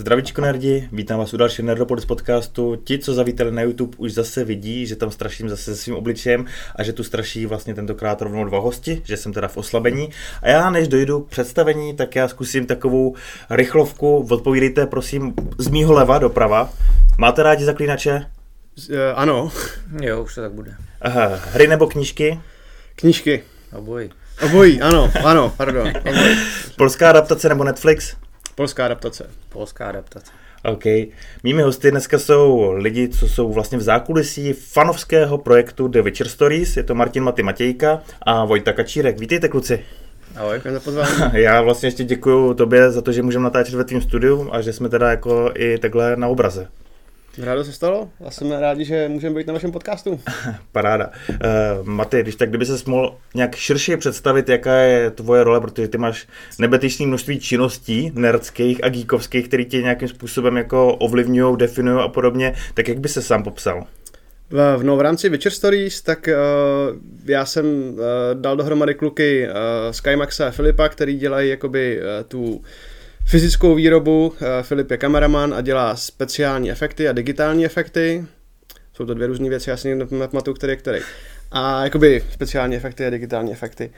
Zdravíčko nerdi, vítám vás u dalšího Nerdopolis podcastu. Ti, co zavítali na YouTube, už zase vidí, že tam straším zase se svým obličejem a že tu straší vlastně tentokrát rovnou dva hosti, že jsem teda v oslabení. A já než dojdu k představení, tak já zkusím takovou rychlovku. Odpovídejte prosím z mýho leva doprava. Máte rádi Zaklínače? Ano. Jo, už to tak bude. Aha, hry nebo knížky? Knížky. Obojí. Obojí, ano, pardon. Obojí. Polská adaptace nebo Netflix? Polská adaptace. Polská adaptace. OK. Mými hosty dneska jsou lidi, co jsou vlastně v zákulisí fanovského projektu The Witcher Stories. Je to Martin Matějka a Vojta Kačírek. Vítejte, kluci. Ahoj, za pozvání. Já vlastně ještě děkuju tobě za to, že můžeme natáčet ve tvým studiu a že jsme teda jako i takhle na obraze. Rádo se stalo a jsem rádi, že můžeme být na vašem podcastu. Paráda. Maty, kdyby ses mohl nějak širší představit, jaká je tvoje role, protože ty máš nebetyčné množství činností nerdských a geekovských, které tě nějakým způsobem jako ovlivňují, definují a podobně, tak jak by se sám popsal? V rámci Witcher Stories, tak já jsem dal dohromady kluky Skymaxa a Filipa, který dělají jakoby tu fyzickou výrobu. Filip je kameraman a dělá speciální efekty a digitální efekty. Jsou to dvě různé věci, já si nepamatuju, který. A jakoby speciální efekty a digitální efekty.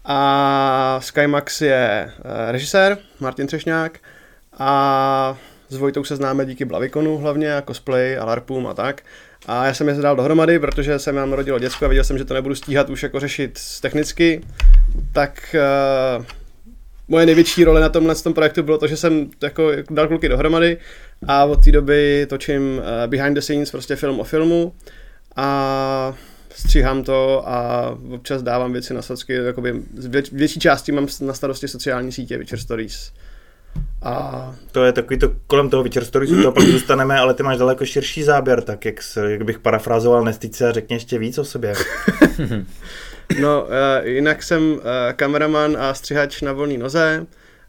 A Skymax je režisér, Martin Třešňák. A s Vojtou se známe díky Blavikonu hlavně, a cosplay a larpům a tak. A já jsem je dal dohromady, protože jsem nám narodilo děcko a viděl jsem, že to nebudu stíhat už jako řešit technicky. Tak moje největší role na tomhle projektu bylo to, že jsem jako dal kluky dohromady a od té doby točím behind the scenes, prostě film o filmu a stříhám to a občas dávám věci na socky, jakoby z větší části mám na starosti sociální sítě Witcher Stories. A to je takový to kolem toho Witcher Stories, toho pak zůstaneme, ale ty máš daleko širší záběr, tak jak bych parafrázoval, nestyď se a řekni ještě víc o sobě. No, jinak jsem kameraman a střihač na volné noze.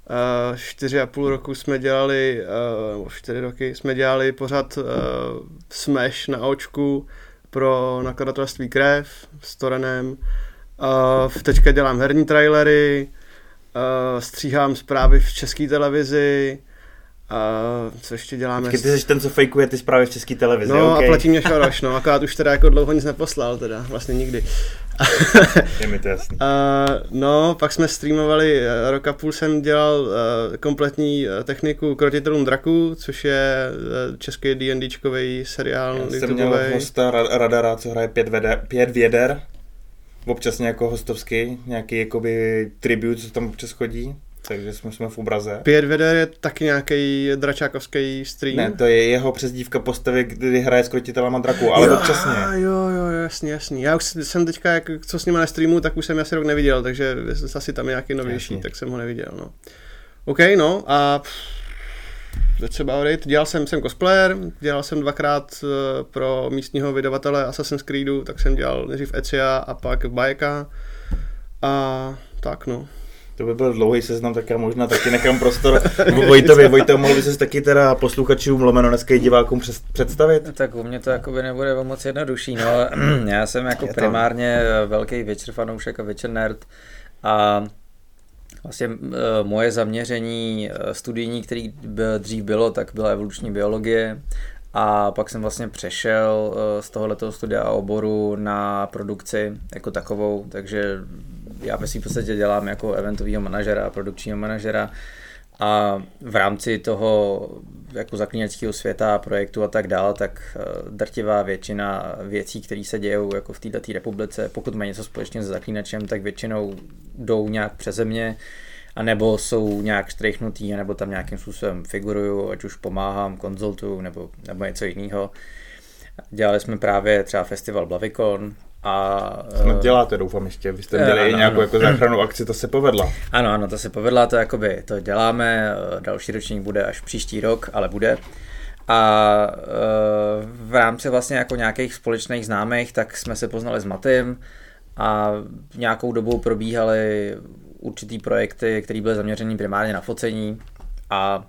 4,5 roku jsme dělali, 4 roky jsme dělali pořad Smash na očku pro nakladatelství Krev s Torenem. Teďka dělám herní trailery, stříhám zprávy v České televizi. Co ještě děláme? Ty jsi ten, co fejkuje ty zprávy v České televizi. No okay. A platí mě Šoroš, no, akorát už teda jako dlouho nic neposlal, teda, vlastně nikdy. Je mi to jasný. No, pak jsme streamovali, rok a půl jsem dělal kompletní techniku Krotitelům draků, což je český D&Dčkový seriál. Já jsem měl hosta Radara, co hraje Pět Věder, občas nějaký hostovský, nějaký jakoby tribut, co tam občas chodí. Takže jsme v obraze. Pět Věder je taky nějaký dračákovský stream? Ne, to je jeho přezdívka postavy, kdy hraje s krotitelama draků, ale občasně. Jo, jasně. Já už jsem teďka, co s nima na streamu, tak už jsem asi rok neviděl, takže asi tam je nějaký novější, tak jsem ho neviděl, no. OK, no a that's about it. Dělal jsem cosplayer, dělal jsem 2krát pro místního vydavatele Assassin's Creedu, tak jsem dělal nejdřív Ezia a pak Bajeka a tak, no. To by byl dlouhý seznam, tak já možná taky nechám prostor Vojtovi. Vojto, mohl by ses taky teda posluchačům lomeno dneska i divákům představit? Tak u mě to jakoby nebude moc jednodušší, no. Já jsem jako primárně velký Witcher fanoušek a Witcher nerd a vlastně moje zaměření studijní, který dřív bylo, tak byla evoluční biologie a pak jsem vlastně přešel z tohoto studia a oboru na produkci jako takovou, takže já ve svým podstatě dělám jako eventového manažera a produkčního manažera a v rámci toho jako zaklínačského světa, projektu a tak dále, tak drtivá většina věcí, které se dějou jako v této republice, pokud mají něco společně s zaklínačem, tak většinou jdou nějak přeze mě, anebo jsou nějak štrejchnutý, nebo tam nějakým způsobem figuruju, ať už pomáhám, konzultuju, nebo něco jiného. Dělali jsme právě třeba festival Blavikon, a snad děláte, doufám ještě, vy jste měli nějakou jako záchrannou akci, to se povedla. Ano, to se povedla, to děláme, další ročník bude až příští rok, ale bude. A v rámci vlastně jako nějakých společných známých, tak jsme se poznali s Matym a nějakou dobou probíhaly určitý projekty, které byly zaměřený primárně na focení a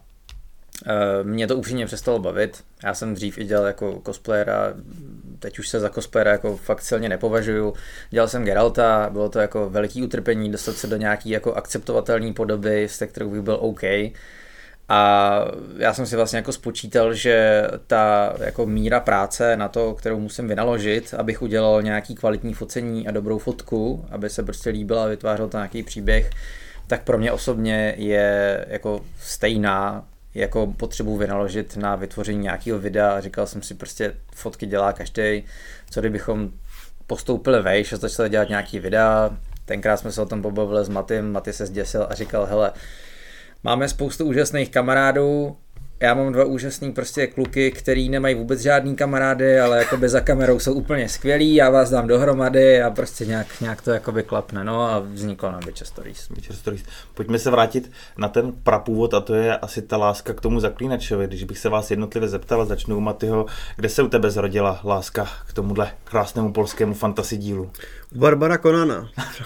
mě to upřímně přestalo bavit. Já jsem dřív i dělal jako cosplayera, teď už se za cosplayera jako fakt silně nepovažuju. Dělal jsem Geralta, bylo to jako veliký utrpení dostat se do nějaký jako akceptovatelné podoby, se kterou bych byl OK. A já jsem si vlastně jako spočítal, že ta jako míra práce na to, kterou musím vynaložit, abych udělal nějaký kvalitní focení a dobrou fotku, aby se prostě líbila a vytvářel to nějaký příběh, tak pro mě osobně je jako stejná, jako potřebu vynaložit na vytvoření nějakého videa. Říkal jsem si prostě fotky dělá každý, co kdybychom postoupili vejš a začali dělat nějaký videa. Tenkrát jsme se o tom pobavili s Matym, Maty se zděsil a říkal, hele, máme spoustu úžasných kamarádů, já mám 2 úžasný prostě kluky, který nemají vůbec žádný kamarády, ale jakoby za kamerou jsou úplně skvělí, já vás dám dohromady a prostě nějak to jakoby klapne, no a vzniklo nám Witcher Stories. Pojďme se vrátit na ten prapůvod a to je asi ta láska k tomu Zaklínačovi. Když bych se vás jednotlivě zeptal, začnu u Matyho, kde se u tebe zrodila láska k tomuhle krásnému polskému fantasy dílu? Barbara Conana.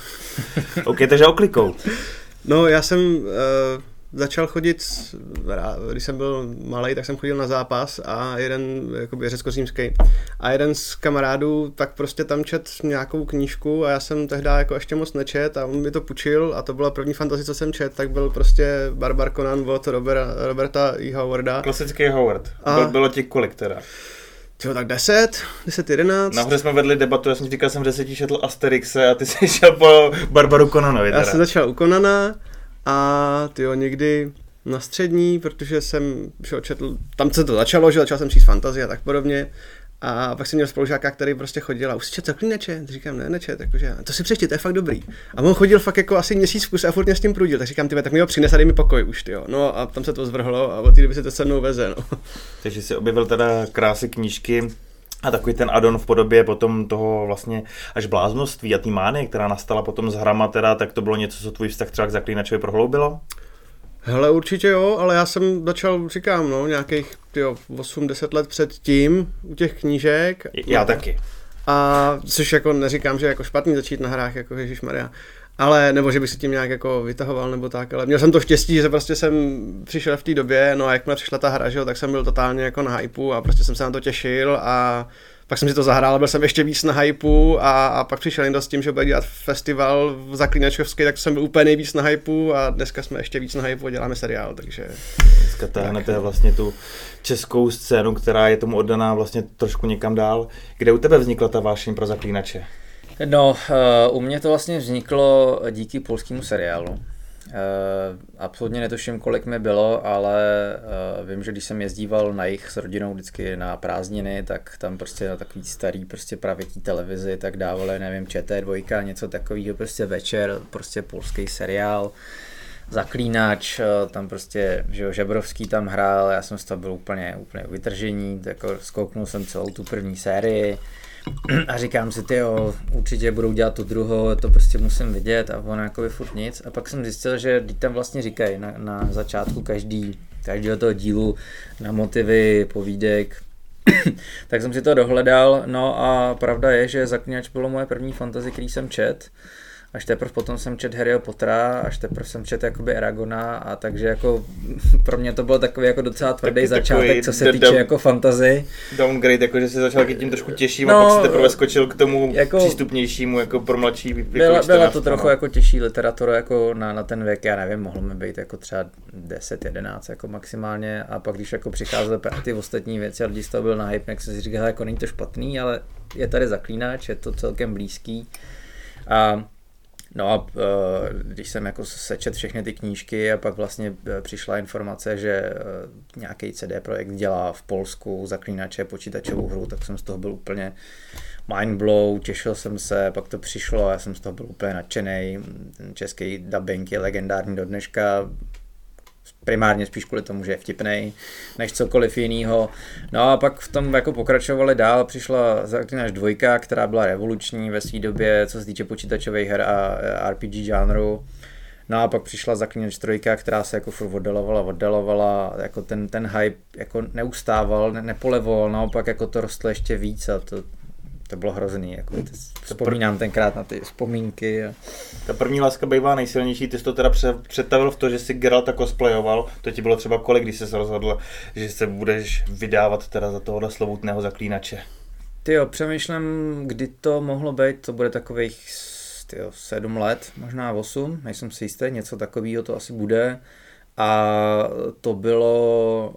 OK, takže oklikou. No, já jsem začal chodit, když jsem byl malej, tak jsem chodil na zápas a jeden, jakoby řecko-římský, a jeden z kamarádů tak prostě tam čet nějakou knížku a já jsem tehdy jako ještě moc nečet a on mi to půjčil a to byla první fantasy, co jsem čet, tak byl prostě Barbar Conan od Roberta E. Howarda. Klasický Howard. Bylo ti kolik teda? Jo, tak 10, 11. Nahoře jsme vedli debatu, já jsem říkal, jsem v 10 četl Asterixe a ty jsi šel po Barbaru Conanovi. Já jsem začal u Conana a tyjo, někdy na střední, protože jsem četl, tam se to začalo, že začal jsem číst fantasy a tak podobně. A pak jsem měl spolužáka, který prostě chodil a už si čet Zaklínače? Říkám, nečet, jakože, to si přečti, to je fakt dobrý. A on chodil fakt jako asi měsíc v kuse a furt mě s tím prudil, tak říkám, tak mi ho přines a dej mi pokoj už, tyjo. No a tam se to zvrhlo a od té doby se to se mnou veze, no. Takže si objevil teda krásy knížky a takový ten add-on v podobě potom toho vlastně až bláznoství a té mánie, která nastala potom z hrama teda, tak to bylo něco, co tvůj vztah třeba k Zaklínačovi prohloubilo? Hele, určitě jo, ale já jsem začal, říkám, no, nějakých 8-10 let předtím u těch knížek. Já taky. A což jako neříkám, že jako špatný začít na hrách, jako ježišmarja. Ale, nebo že bych si tím nějak jako vytahoval nebo tak, ale měl jsem to štěstí, že prostě jsem přišel v té době, no a jakmile přišla ta hra, že jo, tak jsem byl totálně jako na hypeu a prostě jsem se na to těšil a pak jsem si to zahrál, byl jsem ještě víc na hypeu a pak přišel někdo s tím, že bude dělat festival v Zaklínačovský, tak jsem byl úplně nejvíc na hypeu a dneska jsme ještě víc na hypeu a děláme seriál, takže... Dneska táhnete vlastně tu českou scénu, která je tomu oddaná vlastně trošku někam dál. Kde u tebe vznikla ta vášeň pro Zaklínače? No, u mě to vlastně vzniklo díky polskému seriálu. Absolutně netuším, kolik mi bylo, ale vím, že když jsem jezdíval na jih s rodinou vždycky na prázdniny, tak tam prostě na takový starý prostě pravětí televizi tak dávali, nevím, ČT2, něco takového, prostě večer, prostě polský seriál, Zaklínač, tam prostě, že jo, Žebrovský tam hrál, já jsem z toho byl úplně vytržení, jako zkouknul jsem celou tu první sérii a říkám si, tyjo, určitě budou dělat tu druhou, to prostě musím vidět a ono jakoby furt nic. A pak jsem zjistil, že tam vlastně říkají na začátku každého toho dílu na motivy, povídek, tak jsem si to dohledal, no a pravda je, že Zaklínač bylo moje první fantasy, který jsem čet. Až teprve potom jsem čet Harryho Pottera, až teprve jsem čet jakoby Aragona a takže jako pro mě to byl takový jako docela tvrdý začátek, co se týče jako fantasy. Downgrade, jako že jsi začal tím trošku těžším a pak si teprve skočil k tomu jako, přístupnějšímu jako pro mladší. Byla to trochu jako těžší literatura jako na ten věk, já nevím, mohlo mi být jako třeba 10-11 jako maximálně a pak když jako přicházely ty ostatní věci a lidi z toho byl na hype, jak jsem si říkal, jako není to špatný, ale je tady Zaklínač, je to celkem blízký. No a když jsem jako sečet všechny ty knížky a pak vlastně přišla informace, že nějaký CD Projekt dělá v Polsku Zaklínače, počítačovou hru, tak jsem z toho byl úplně mindblow, těšil jsem se, pak to přišlo a já jsem z toho byl úplně nadšenej. Ten český dubbing je legendární do dneška, primárně spíš kvůli tomu, že je vtipnej, než cokoliv jinýho. No a pak v tom jako pokračovali dál, přišla Zaklínač 2, která byla revoluční ve své době, co se týče počítačových her a RPG žánru. No a pak přišla Zaklínač 3, která se jako furt oddalovala, jako ten hype jako neustával, nepolevoval, naopak jako to rostlo ještě víc a to bylo hrozný, jako vzpomínám tenkrát na ty vzpomínky. Ta první láska bývá nejsilnější, ty jsi to teda představil v to, že si Geralta cosplayoval, to ti bylo třeba kolik, když jsi se rozhodl, že se budeš vydávat teda za tohohle slovutného Zaklínače? Tyjo, přemýšlím, kdy to mohlo být, to bude takových 7 let, možná 8, nejsem si jistý, něco takového to asi bude. a to bylo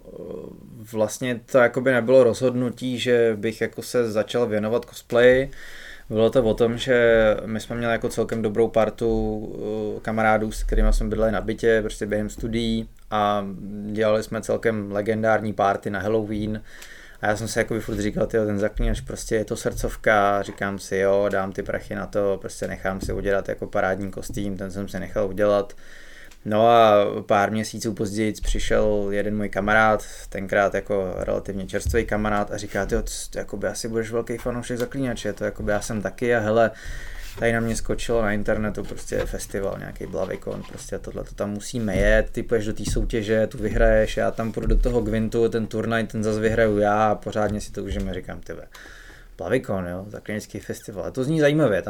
vlastně, to jakoby nebylo rozhodnutí, že bych jako se začal věnovat cosplayi. Bylo to o tom, že my jsme měli jako celkem dobrou partu kamarádů, s kterými jsme bydleli na bytě, prostě během studií a dělali jsme celkem legendární party na Halloween. A já jsem si jako furt říkal, tyjo, ten Zaklínač, prostě je to srdcovka, říkám si, jo, dám ty prachy na to, prostě nechám si udělat jako parádní kostým, ten jsem si nechal udělat. No a pár měsíců později přišel jeden můj kamarád, tenkrát jako relativně čerstvý kamarád a říká, tyjo, jakoby asi budeš velký fanoušek Zaklínače, to jakoby já jsem taky a hele, tady na mě skočilo na internetu prostě festival, nějaký BlaviCon, prostě tohle to tam musíme jet, ty půjdeš do té soutěže, tu vyhraješ, já tam půjdu do toho Gwintu, ten turnaj, ten zase vyhraju já a pořádně si to užijeme, říkám, tyve. BlaviCon, jo, Zaklínačský festival, a to zní zajímavě,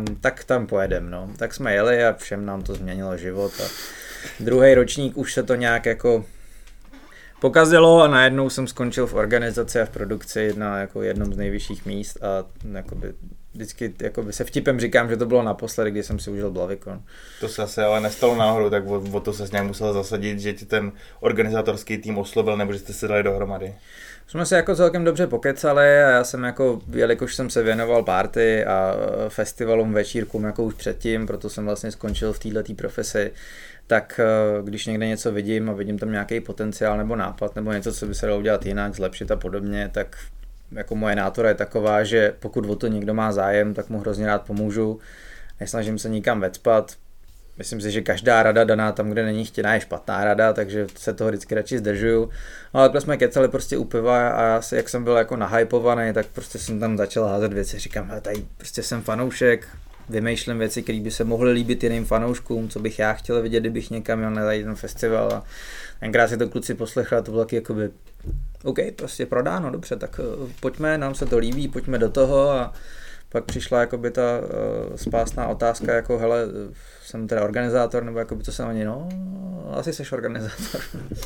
tam pojedem, no. Tak jsme jeli a všem nám to změnilo život a druhý ročník už se to nějak jako pokazilo a najednou jsem skončil v organizaci a v produkci na jako jednom z nejvyšších míst a jakoby vždycky jakoby se vtipem říkám, že to bylo naposledy, kdy jsem si užil BlaviCon. To se asi ale nestalo náhodou, tak o to se nějak musel zasadit, že ti ten organizátorský tým oslovil, nebo že jste se dali dohromady. Jsme se jako celkem dobře pokecali a já jsem jako, jelikož jsem se věnoval party a festivalům, večírkům jako už předtím, proto jsem vlastně skončil v této profesi, tak když někde něco vidím a vidím tam nějaký potenciál nebo nápad nebo něco, co by se dalo udělat jinak, zlepšit a podobně, tak jako moje nátora je taková, že pokud o to někdo má zájem, tak mu hrozně rád pomůžu. Nesnažím se nikam vecpat. Myslím si, že každá rada daná tam, kde není chtěná, je špatná rada, takže se toho vždycky radši zdržuju. Ale takhle jsme kecali prostě u piva a já si, jak jsem byl jako nahypovaný, tak prostě jsem tam začal házet věci. Říkám, tady prostě jsem fanoušek, vymýšlím věci, které by se mohly líbit jiným fanouškům, co bych já chtěl vidět, kdybych někam měl na ten festival. A tenkrát si to kluci poslechli a to bylo taky jakoby, OK, prostě prodáno, dobře, tak pojďme, nám se to líbí, pojďme do toho a pak přišla jakoby ta spásná otázka, jako hele, jsem teda organizátor, nebo jakoby co jsem ani, no, asi seš organizátor.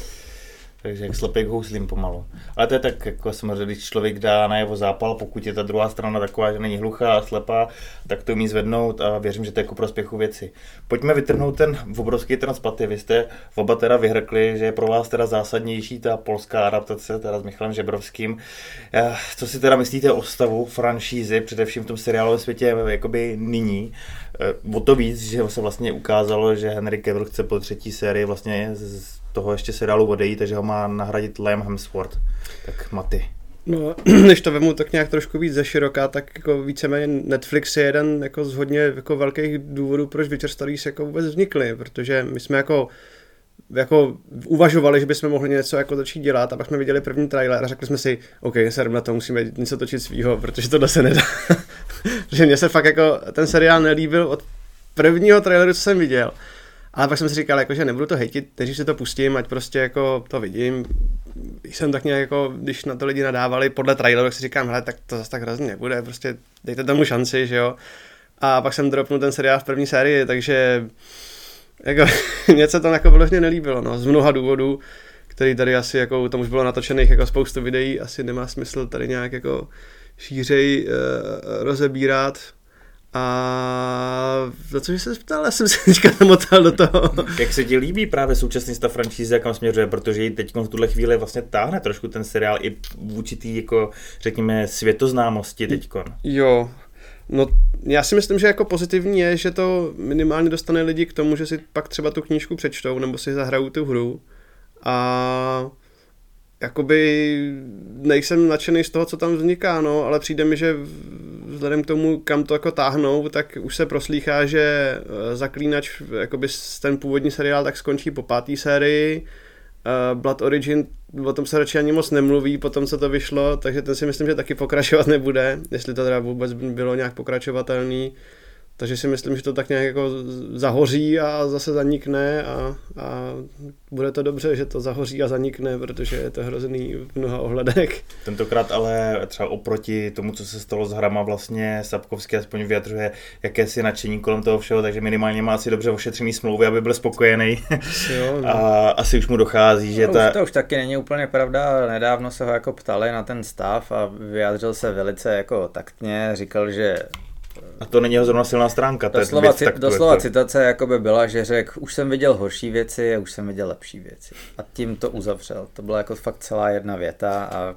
Takže jak slepej k houslím pomalu. Ale to je tak, jako jsem řekl, když člověk dá na jeho zápal, pokud je ta druhá strana taková, že není hluchá a slepá, tak to umí zvednout a věřím, že to je jako prospěchu věci. Pojďme vytrhnout ten obrovský transpaty. Vy jste oba teda vyhrkli, že je pro vás teda zásadnější ta polská adaptace, teda s Michalem Žebrovským. Co si teda myslíte o stavu franšízy, především v tom seriálovém světě, jakoby nyní? O to víc, že se vlastně ukázalo, že Henry Cavill chce po 3. sérii vlastně z toho ještě seriálu odejít, takže ho má nahradit Liam Hemsworth. Tak Maty. No, když to vemu tak nějak trošku víc ze široká, tak jako víceméně Netflix je jeden jako z hodně jako velkých důvodů, proč Witcher Stories jako vůbec vznikly, protože my jsme jako uvažovali, že bychom mohli něco jako začít dělat a pak jsme viděli první trailer a řekli jsme si, OK, serem na to, musíme něco točit svýho, protože to se nedá. Protože mně se fakt jako ten seriál nelíbil od prvního traileru, co jsem viděl. Ale pak jsem si říkal, jako, že nebudu to hejtit, než si to pustím, ať prostě jako to vidím. Jsem tak nějak jako, když na to lidi nadávali podle traileru, tak si říkám, hele, tak to zase tak hrozně nebude, prostě dejte tomu šanci, že jo. A pak jsem dropnul ten seriál v první sérii, takže jako něco tam jako vložně nelíbilo, no, z mnoha důvodů, který tady asi jako, tam už bylo natočených jako spoustu videí, asi nemá smysl tady nějak jako šířej rozebírat. A za co se ptal, já jsem se teďka namotal do toho. Jak se ti líbí právě současný stav franšízy, kam směřuje, protože ji teď v tuhle chvíli vlastně táhne trošku ten seriál i v určitý, jako řekněme, světoznámosti teďkon. Jo, no já si myslím, že jako pozitivní je, že to minimálně dostane lidi k tomu, že si pak třeba tu knížku přečtou nebo si zahrajou tu hru a jakoby nejsem nadšený z toho, co tam vzniká, no, ale přijde mi, že vzhledem k tomu, kam to jako táhnou, tak už se proslýchá, že Zaklínač, jakoby ten původní seriál, tak skončí po 5. sérii. Blood Origin, o tom se radši ani moc nemluví, potom co to vyšlo, takže ten si myslím, že taky pokračovat nebude, jestli to teda vůbec bylo nějak pokračovatelný. Takže si myslím, že to tak nějak jako zahoří a zase zanikne a bude to dobře, že to zahoří a zanikne, protože je to hrozný v mnoha ohledech. Tentokrát ale třeba oproti tomu, co se stalo s hrama, vlastně Sapkowski aspoň vyjadřuje jakési nadšení kolem toho všeho, takže minimálně má asi dobře ošetřený smlouvy, aby byl spokojený. Jo, no. A asi už mu dochází, že to už taky není úplně pravda. Nedávno se ho jako ptali na ten stav a vyjádřil se velice jako taktně, říkal, že A to není jeho zrovna silná stránka. Doslova citace jakoby byla, že řekl, už jsem viděl horší věci a už jsem viděl lepší věci. A tím to uzavřel. To byla jako fakt celá jedna věta a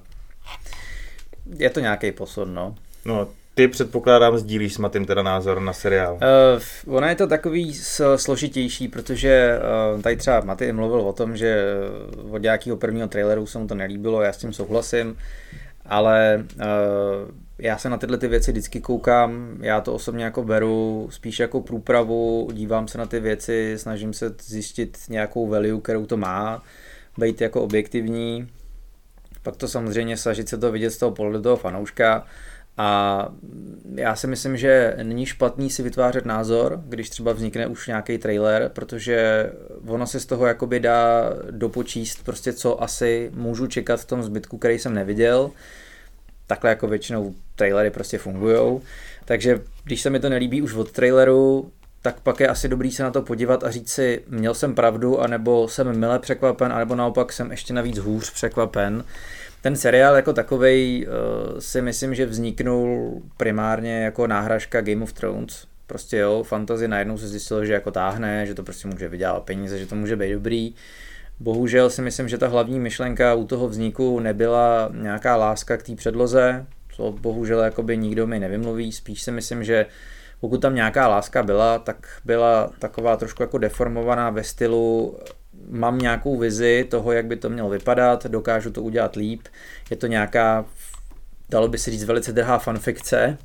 je to nějaký posun, no. No, ty předpokládám sdílíš s Matým teda názor na seriál. Ono je to takový složitější, protože tady třeba Maty mluvil o tom, že od nějakého prvního traileru se mu to nelíbilo, já s tím souhlasím, ale já se na tyhle ty věci vždycky koukám, já to osobně jako beru spíš jako průpravu, dívám se na ty věci, snažím se zjistit nějakou value, kterou to má, být jako objektivní, pak to samozřejmě snažit se to vidět z toho pohledu toho fanouška. A já si myslím, že není špatný si vytvářet názor, když třeba vznikne už nějaký trailer, protože ono se z toho jakoby dá dopočíst prostě co asi můžu čekat v tom zbytku, který jsem neviděl. Takhle jako většinou trailery prostě fungujou. Takže když se mi to nelíbí už od traileru, tak pak je asi dobrý se na to podívat a říct si, měl jsem pravdu, anebo jsem mile překvapen, anebo naopak jsem ještě navíc hůř překvapen. Ten seriál jako takovej si myslím, že vzniknul primárně jako náhražka Game of Thrones. Prostě jo, fantasy najednou se zjistilo, že jako táhne, že to prostě může vydělat peníze, že to může být dobrý. Bohužel si myslím, že ta hlavní myšlenka u toho vzniku nebyla nějaká láska k té předloze, co bohužel jakoby nikdo mi nevymluví, spíš si myslím, že pokud tam nějaká láska byla, tak byla taková trošku jako deformovaná ve stylu mám nějakou vizi toho, jak by to mělo vypadat, dokážu to udělat líp, je to nějaká, dalo by se říct, velice drahá fanfikce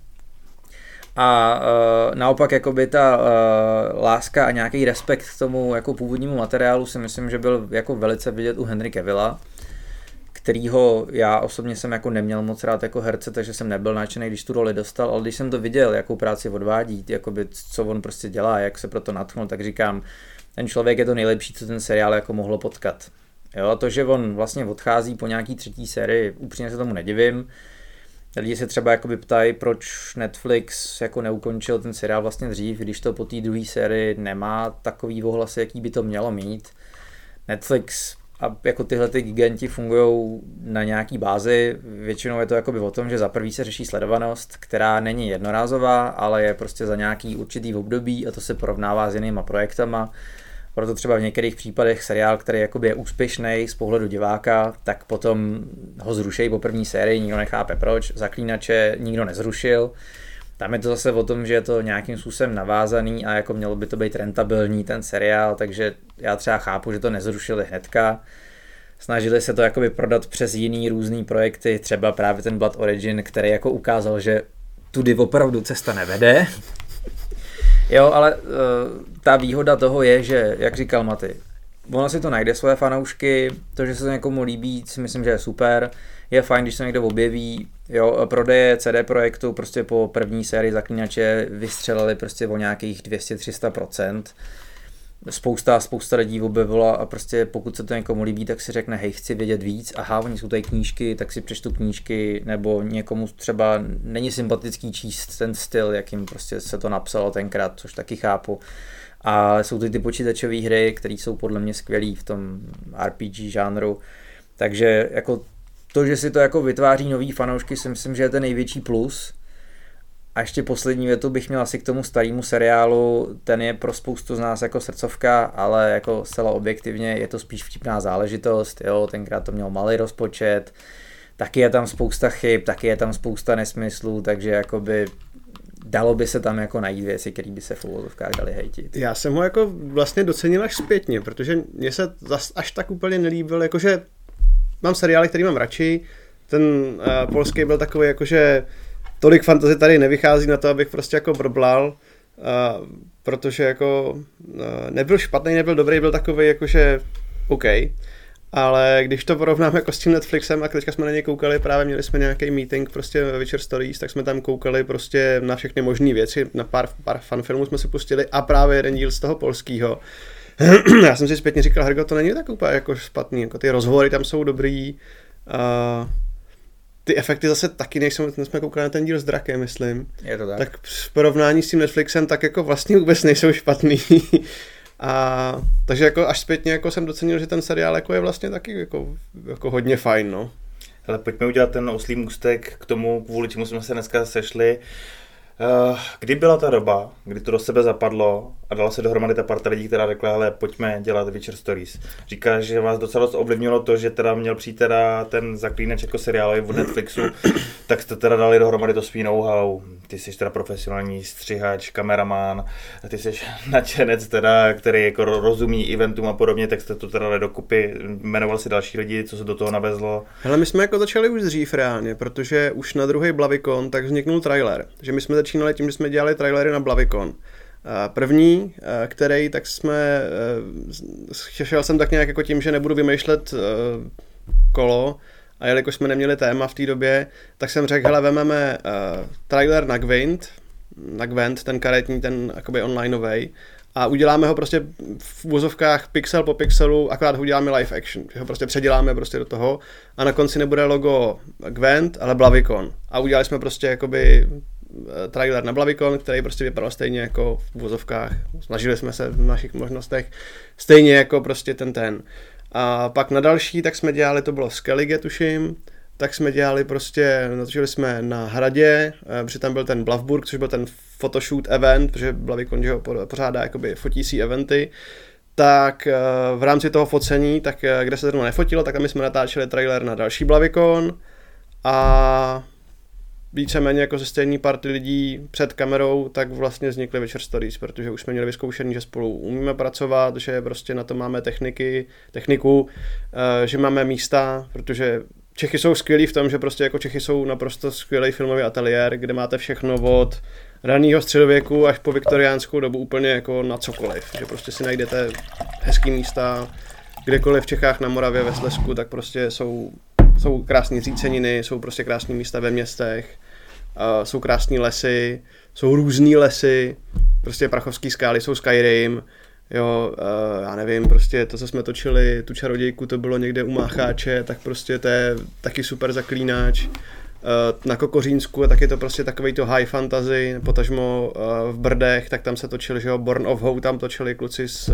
a naopak jakoby ta láska a nějaký respekt k tomu jako původnímu materiálu si myslím, že byl jako velice vidět u Henry Cavilla, kterýho já osobně jsem jako neměl moc rád jako herce, takže jsem nebyl nadšený, když tu roli dostal, ale když jsem to viděl, jakou práci odvádí, jakoby, co on prostě dělá, jak se pro to nadchnul, tak říkám, ten člověk je to nejlepší, co ten seriál jako mohlo potkat. Jo, a to, že on vlastně odchází po nějaký třetí sérii, upřímně se tomu nedivím. Lidi se třeba jakoby ptají, proč Netflix jako neukončil ten seriál vlastně dřív, když to po té druhé sérii nemá takový ohlasy, jaký by to mělo mít. Netflix a jako tyhle ty giganti fungují na nějaký bázi, většinou je to jakoby o tom, že za prvý se řeší sledovanost, která není jednorázová, ale je prostě za nějaký určitý období a to se porovnává s jinýma projektama. Proto třeba v některých případech seriál, který jakoby je úspěšný z pohledu diváka, tak potom ho zrušejí po první sérii, nikdo nechápe proč, Zaklínače nikdo nezrušil. Tam je to zase o tom, že je to nějakým způsobem navázaný a jako mělo by to být rentabilní ten seriál, takže já třeba chápu, že to nezrušili hnedka. Snažili se to jakoby prodat přes jiný různý projekty, třeba právě ten Blood Origin, který jako ukázal, že tudy opravdu cesta nevede. Jo, ale ta výhoda toho je, že, jak říkal Maty, ono si to najde svoje fanoušky, to, že se to někomu líbí, si myslím, že je super. Je fajn, když se někdo objeví, jo, prodeje CD Projektu prostě po první sérii Zaklínače vystřelili prostě o nějakých 200-300%. Spousta lidí objevila a prostě pokud se to někomu líbí, tak si řekne, hej, chci vědět víc, aha, oni jsou tady knížky, tak si přečtu knížky, nebo někomu třeba není sympatický číst ten styl, jakým prostě se to napsalo tenkrát, což taky chápu. A jsou ty počítačové hry, které jsou podle mě skvělý v tom RPG žánru, takže jako to, že si to jako vytváří nový fanoušky, si myslím, že je ten největší plus. A ještě poslední větu bych měl asi k tomu starému seriálu, ten je pro spoustu z nás jako srdcovka, ale jako zcela objektivně je to spíš vtipná záležitost, jo, tenkrát to měl malý rozpočet, taky je tam spousta chyb, taky je tam spousta nesmyslů, takže jakoby dalo by se tam jako najít věci, které by se v uvozovkách daly hejtit. Já jsem ho jako vlastně docenil až zpětně, protože mně se až tak úplně nelíbil, jakože mám seriály, který mám radši, ten polský byl takový jakože tolik fantasy tady nevychází na to, abych prostě jako brblal, protože jako nebyl špatný, nebyl dobrý, byl takový jakože OK, ale když to porovnám jako s tím Netflixem a teďka jsme na něj koukali, právě měli jsme nějaký meeting prostě ve Witcher Stories, tak jsme tam koukali prostě na všechny možné věci, na pár fanfilmů jsme si pustili a právě jeden díl z toho polskýho. Já jsem si zpětně říkal, Hergo, to není tak úplně jako špatný, jako ty rozhovory tam jsou dobrý, ty efekty zase taky nejsou, jsme koukali na ten díl s drakem, myslím. Je to tak. Tak v porovnání s tím Netflixem tak jako vlastně vůbec nejsou špatný. Takže jako až zpětně jako jsem docenil, že ten seriál jako je vlastně taky jako hodně fajn, no. Ale pojďme udělat ten oslý můstek k tomu, kvůli čemu jsme se dneska sešli. Kdy byla ta doba, kdy to do sebe zapadlo a dala se dohromady ta parta lidí, která řekla, hele, pojďme dělat Witcher Stories. Říká, že vás docela ovlivnilo to, že teda měl přijít teda ten Zaklínač jako seriálový od Netflixu, tak jste teda dali dohromady to svý know-how. Ty jsi teda profesionální střihač, kameraman, ty jsi nadšenec teda, který jako rozumí eventům a podobně, tak jste to teda dali dokupy. Jmenoval si další lidi, co se do toho navezlo. Hele, my jsme jako začali už dřív reálně, protože už na druhý Blavicon tak vzniknul trailer. Že my jsme začínali tím, že jsme dělali trailery na Blavicon. První, který tak jsme, šel jsem tak nějak jako tím, že nebudu vymýšlet kolo, a jelikož jsme neměli téma v té době, tak jsem řekl, hele, vememe trailer na Gwent, ten karetní, ten jakoby onlineovej, a uděláme ho prostě v uvozovkách pixel po pixelu, akorát ho uděláme live action, že ho prostě předěláme prostě do toho a na konci nebude logo Gwent, ale Blavicon. A udělali jsme prostě jakoby trailer na Blavicon, který prostě vypadal stejně jako v uvozovkách. Snažili jsme se v našich možnostech stejně jako prostě ten. A pak na další, tak jsme dělali, to bylo v Skellige, tuším, tak jsme dělali prostě, natočili jsme na Hradě, protože tam byl ten Blavburg, což byl ten photoshoot event, protože Blavicon, že ho pořádá jakoby fotící eventy, tak v rámci toho focení, tak kde se zrovna nefotilo, tak tam jsme natáčeli trailer na další Blavicon a víceméně jako ze stejný party lidí před kamerou, tak vlastně vznikly Witcher Stories, protože už jsme měli vyzkoušený, že spolu umíme pracovat, že prostě na to máme techniku, že máme místa, protože Čechy jsou skvělí v tom, že prostě jako Čechy jsou naprosto skvělý filmový ateliér, kde máte všechno od raného středověku až po viktoriánskou dobu úplně jako na cokoliv, že prostě si najdete hezký místa, kdekoliv v Čechách, na Moravě, ve Slezsku, tak prostě jsou krásné říceniny, jsou prostě krásné místa ve městech, jsou krásné lesy, jsou různý lesy, prostě prachovský skály, jsou Skyrim, jo, já nevím, prostě to, co jsme točili, tu čarodějku, to bylo někde u Mácháče, tak prostě to je taky super Zaklínač. Na Kokořínsku, tak je to prostě takovej to high fantasy, potažmo v Brdech, tak tam se točil, že jo, Born of Hope, tam točili kluci z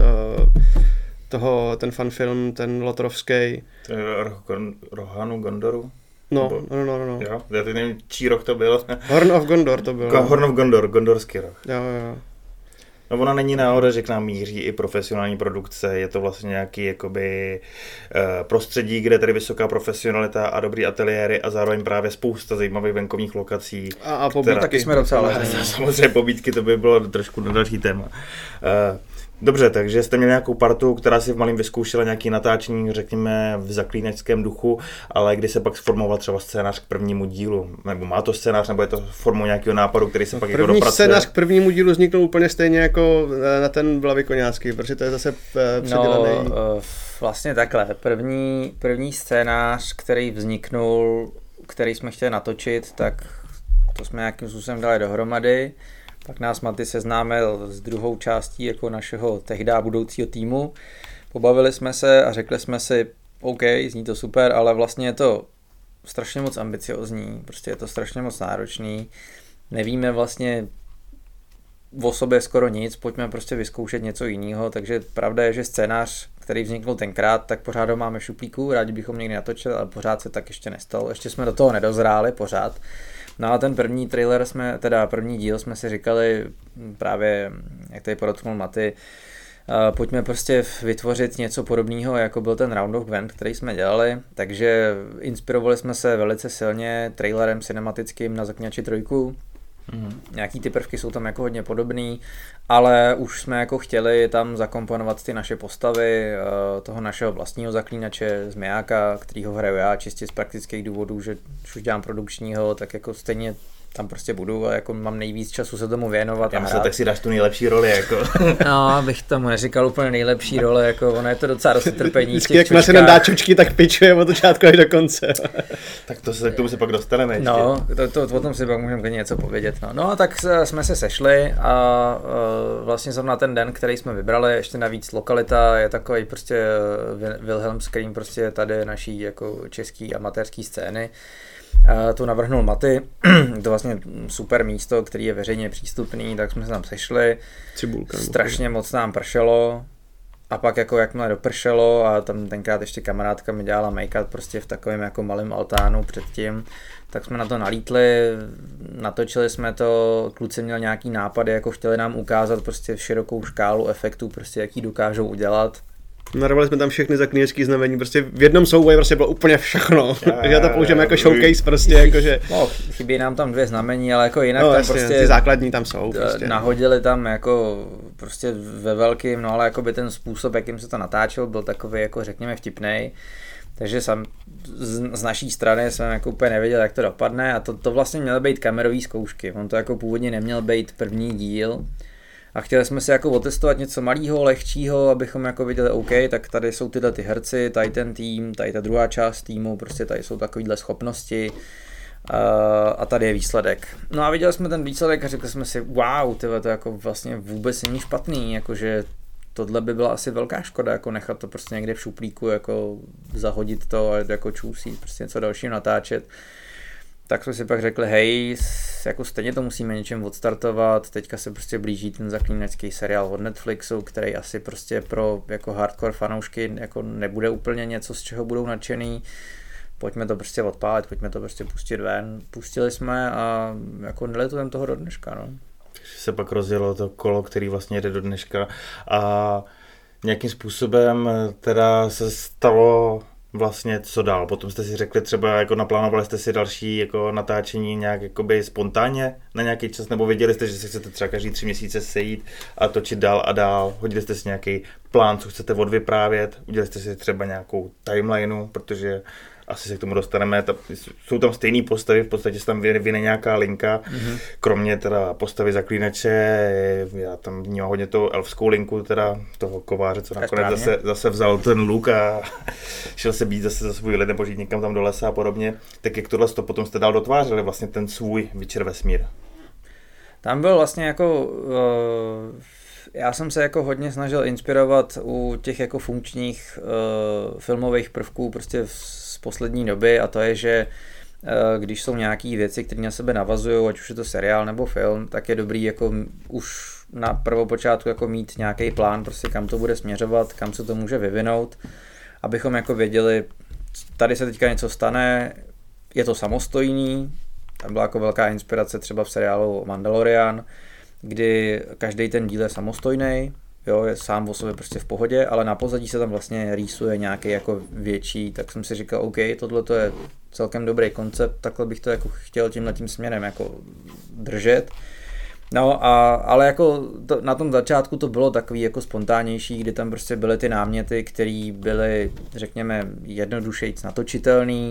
ten fanfilm, ten lotrovský. Rohanu Gondoru? No. Jo, já teď nevím, čí roh to byl. Horn of Gondor to byl. Horn of Gondor, gondorský roh. Jo. No ona není náhoda, že k nám míří i profesionální produkce, je to vlastně nějaký jakoby prostředí, kde je tady vysoká profesionalita a dobrý ateliéry a zároveň právě spousta zajímavých venkovních lokací. A pobídky taky jsme docela. Samozřejmě pobídky, to by bylo trošku na další téma. Dobře, takže jste měli nějakou partu, která si v malém vyzkoušela nějaký natáčení, řekněme, v zaklínačském duchu, ale kdy se pak sformoval třeba scénář k prvnímu dílu? Nebo má to scénář, nebo je to formou nějakého nápadu, který se pak jako dopracuje? První scénář k prvnímu dílu vzniknul úplně stejně jako na ten Blavikoňácký, protože to je zase předělaný. Vlastně takhle. První scénář, který vzniknul, který jsme chtěli natočit, tak to jsme nějakým způsobem dali dohromady. Pak nás Maty seznámil s druhou částí jako našeho tehdy budoucího týmu. Pobavili jsme se a řekli jsme si, OK, zní to super, ale vlastně je to strašně moc ambiciozní, prostě je to strašně moc náročný. Nevíme vlastně o sobě skoro nic, pojďme prostě vyzkoušet něco jiného, takže pravda je, že scénář, který vznikl tenkrát, tak pořád ho máme v šuplíku, rádi bychom někdy natočili, ale pořád se tak ještě nestalo, ještě jsme do toho nedozráli pořád. No a ten první díl jsme si říkali právě, jak tady podotknul Maty, pojďme prostě vytvořit něco podobného, jako byl ten Round of Gwent, který jsme dělali, takže inspirovali jsme se velice silně trailerem cinematickým na Zaklínači 3. Nějaký ty prvky jsou tam jako hodně podobný, ale už jsme jako chtěli tam zakomponovat ty naše postavy, toho našeho vlastního zaklínače, Zmejáka, kterýho hraju já čistě z praktických důvodů, že už dělám produkčního, tak jako stejně tam prostě budu a jako mám nejvíc času se tomu věnovat. Já myslím, tak si dáš tu nejlepší roli, jako. No, abych tomu neříkal úplně nejlepší role, jako ono je to docela dost trpení. Vždycky, jak má se nám dá čučky, tak pičuje od začátku až do konce. Tak k tomu se pak dostaneme ještě. No, o tom si pak můžeme něco povědět. No, tak jsme se sešli a vlastně zrovna ten den, který jsme vybrali, ještě navíc lokalita je takový prostě Wilhelm Scream prostě tady naší jako český amatérský scény. To navrhnul Maty, to vlastně super místo, který je veřejně přístupný, tak jsme se tam sešli. Cibulka. Strašně moc nám pršelo A pak jako jakmile dopršelo a tam tenkrát ještě kamarádka mi dělala make-up prostě v takovém jako malém altánu předtím, tak jsme na to nalítli, natočili jsme to, kluci měli nějaký nápady, jako chtěli nám ukázat prostě širokou škálu efektů, prostě jaký dokážou udělat. Narovali jsme tam všechny zaklínecké znamení, prostě v jednom souboji prostě bylo úplně všechno. Já to použijeme jako showcase prostě, jakože. No, chybí nám tam 2 znamení, ale jako jinak no, tam jasně, prostě ty základní tam jsou. Prostě. Nahodili tam jako prostě ve velkým, no ale jako by ten způsob, jakým se to natáčel, byl takový jako řekněme vtipnej. Takže z naší strany jsem jako úplně nevěděl, jak to dopadne a to vlastně měly být kamerový zkoušky. On to jako původně neměl být první díl. A chtěli jsme si jako otestovat něco malého, lehčího, abychom jako viděli, OK, tak tady jsou tyhle ty herci, tady ten tým, tady ta druhá část týmu, prostě tady jsou takovýhle schopnosti a tady je výsledek. No a viděli jsme ten výsledek a řekli jsme si, wow, tyhle, to jako vlastně vůbec není špatný, jakože tohle by byla asi velká škoda, jako nechat to prostě někde v šuplíku, jako zahodit to a jako čůsít, prostě něco dalšího natáčet. Tak jsme si pak řekli, hej, jako stejně to musíme něčem odstartovat, teďka se prostě blíží ten zaklínecký seriál od Netflixu, který asi prostě pro jako hardcore fanoušky jako nebude úplně něco, z čeho budou nadšený. Pojďme to prostě odpálit, pojďme to prostě pustit ven. Pustili jsme a jako neletujeme toho do dneška, no. Takže se pak rozjelo to kolo, který vlastně jde do dneška a nějakým způsobem teda se stalo vlastně co dál. Potom jste si řekli třeba, jako naplánovali jste si další jako natáčení nějak jakoby spontánně na nějaký čas, nebo věděli jste, že se chcete třeba každý 3 měsíce sejít a točit dál a dál. Hodili jste si nějaký plán, co chcete odvyprávět, udělali jste si třeba nějakou timelineu, protože asi se k tomu dostaneme, jsou tam stejné postavy, v podstatě se tam vyne nějaká linka, kromě teda postavy zaklínače, já tam vnímám hodně toho elfskou linku, teda toho kováře, co nakonec zase vzal ten luk a šel se být zase za svůj lid nebo žít někam tam do lesa a podobně, tak jak tohle to potom jste dál dotvářeli, vlastně ten svůj Witcher vesmír? Tam byl vlastně jako, já jsem se jako hodně snažil inspirovat u těch jako funkčních filmových prvků prostě z poslední doby a to je, že když jsou nějaké věci, které na sebe navazují, ať už je to seriál nebo film, tak je dobrý jako už na prvopočátku jako mít nějaký plán, prostě kam to bude směřovat, kam se to může vyvinout, abychom jako věděli, tady se teďka něco stane, je to samostojný, tam byla jako velká inspirace třeba v seriálu Mandalorian, kdy každý ten díl je samostojný, jo, je sám o sobě prostě v pohodě, ale na pozadí se tam vlastně rýsuje nějaký jako větší, tak jsem si říkal, OK, tohle to je celkem dobrý koncept, takhle bych to jako chtěl tímhletím směrem jako držet. No ale jako na tom začátku to bylo takový jako spontánnější, kdy tam prostě byly ty náměty, které byly, řekněme, jednodušejíc natočitelný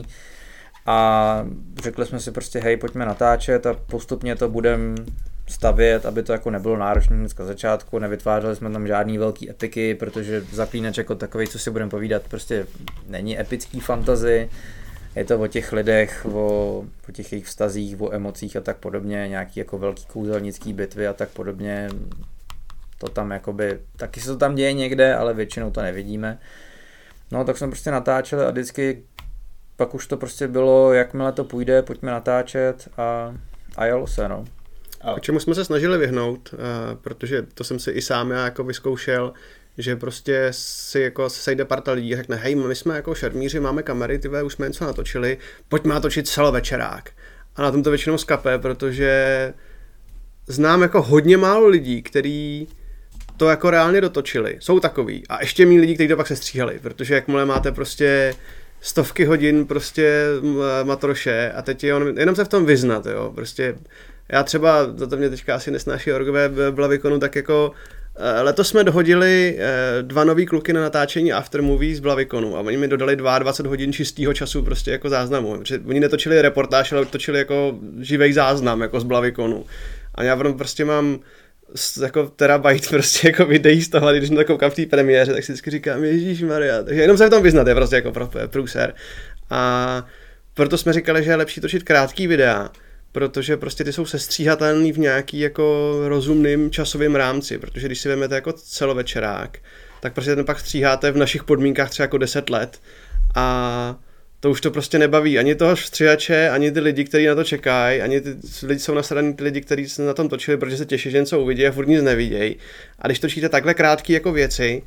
a řekli jsme si prostě, hej, pojďme natáčet a postupně to budeme stavět, aby to jako nebylo náročné hned na začátku, nevytvářeli jsme tam žádný velký epiky, protože Zaklínač jako takový, co si budeme povídat, prostě není epický fantasy, je to o těch lidech, o těch jejich vztazích, o emocích a tak podobně, nějaký jako velký kouzelnický bitvy a tak podobně, to tam jakoby, taky se to tam děje někde, ale většinou to nevidíme. No tak jsme prostě natáčeli a vždycky pak už to prostě bylo, jakmile to půjde, pojďme natáčet a jelo se, no. K čemu jsme se snažili vyhnout, protože to jsem si i sám já jako vyzkoušel, že prostě si jako sejde parta lidí a řekne, hej, my jsme jako šermíři, máme kamery, tyhle už jsme něco natočili, pojďme natočit celovečerák. A na tom to většinou skape, protože znám jako hodně málo lidí, kteří to jako reálně dotočili. Jsou takový. A ještě méně lidí, kteří to pak sestříhali, protože jakmile máte prostě stovky hodin prostě matroše a teď jenom se v tom vyznat, jo, prostě já třeba, to mě teďka asi nesnáší orgové Blavikonu, tak jako letos jsme dohodili 2 nový kluky na natáčení aftermovie z Blavikonu a oni mi dodali 22 hodin čistého času prostě jako záznamu. Protože oni netočili reportáž, ale točili jako živej záznam jako z Blavikonu. A já prostě mám jako terabajt prostě jako videí z toho, když jsem to koukám v té premiéře, tak si vždycky říkám, ježišmarja, takže jenom se v tom vyznat, je prostě jako průser. A proto jsme říkali, že je lepší točit krátký videa, protože prostě ty jsou sestříhatelný v nějaký jako rozumným časovým rámci, protože když si vezmete jako celovečerák, tak prostě ten pak stříháte v našich podmínkách třeba jako 10 let a to už to prostě nebaví ani toho stříhače, ani ty lidi, kteří na to čekají, ani ty lidi jsou nasraní ty lidi, kteří se na tom točili, protože se těší, že něco uvidí a furt nic nevidějí. A když točíte takhle krátké jako věci,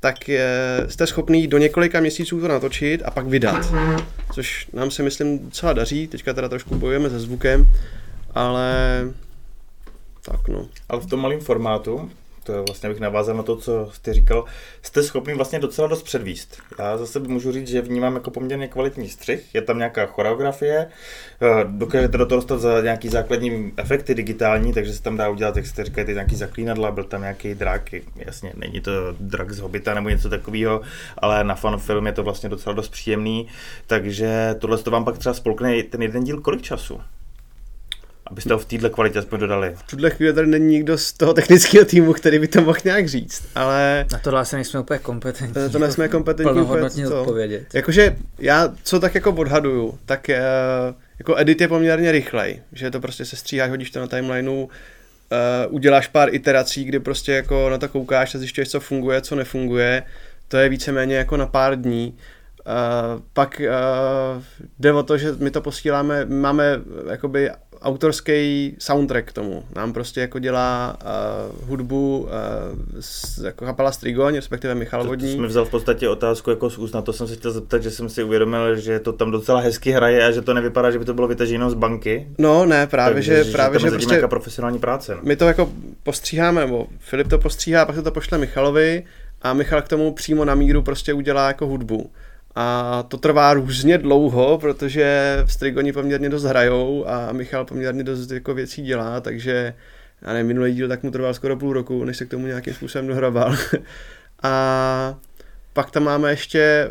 tak jste schopný do několika měsíců to natočit a pak vydat. Což nám se myslím docela daří, teďka teda trošku bojujeme se zvukem, ale tak no. Ale v tom malém formátu, to vlastně bych navázal na to, co jste říkal, jste schopný vlastně docela dost předvíst. Já zase můžu říct, že vnímám jako poměrně kvalitní střih, je tam nějaká choreografie, dokážete do toho dostat za nějaký základní efekty digitální, takže se tam dá udělat, jak jste říkali, nějaký zaklínadla, byl tam nějaký drak, jasně, není to drak z Hobita nebo něco takového, ale na fanfilm je to vlastně docela dost příjemný, takže tohle to vám pak třeba spolkne ten jeden díl kolik času? Abyste ho v této kvalitě aspoň dodali. V tuhle chvíli tady není nikdo z toho technického týmu, který by to mohl nějak říct, ale... Na tohle asi nejsme úplně kompetentní. To nejsme kompetentní plnohodnotně odpovědět. Jakože já, co tak jako odhaduju, tak jako edit je poměrně rychlej, že to prostě se stříháš, hodíš to na timelineu, uděláš pár iterací, kdy prostě jako na to koukáš a zjišťuješ, co funguje, co nefunguje, to je víceméně jako na pár dní. Pak jde o to, že my to posíláme, máme jakoby autorský soundtrack k tomu. Nám prostě jako dělá hudbu jako kapela Strigoň, respektive Michal Vodní. To jsme vzal v podstatě otázku jako z úst, na to jsem se chtěl zeptat, že jsem si uvědomil, že to tam docela hezky hraje a že to nevypadá, že by to bylo vytaženo z banky. No ne, právě že prostě nějaká profesionální práce. No. My to jako postříháme, nebo Filip to postříhá, pak se to pošle Michalovi a Michal k tomu přímo na míru prostě udělá jako hudbu. A to trvá různě dlouho, protože v Strigoni poměrně dost hrajou a Michal poměrně dost jako věcí dělá, takže já nevím, minulý díl tak mu trval skoro půl roku, než se k tomu nějakým způsobem dohrabal. A pak tam máme ještě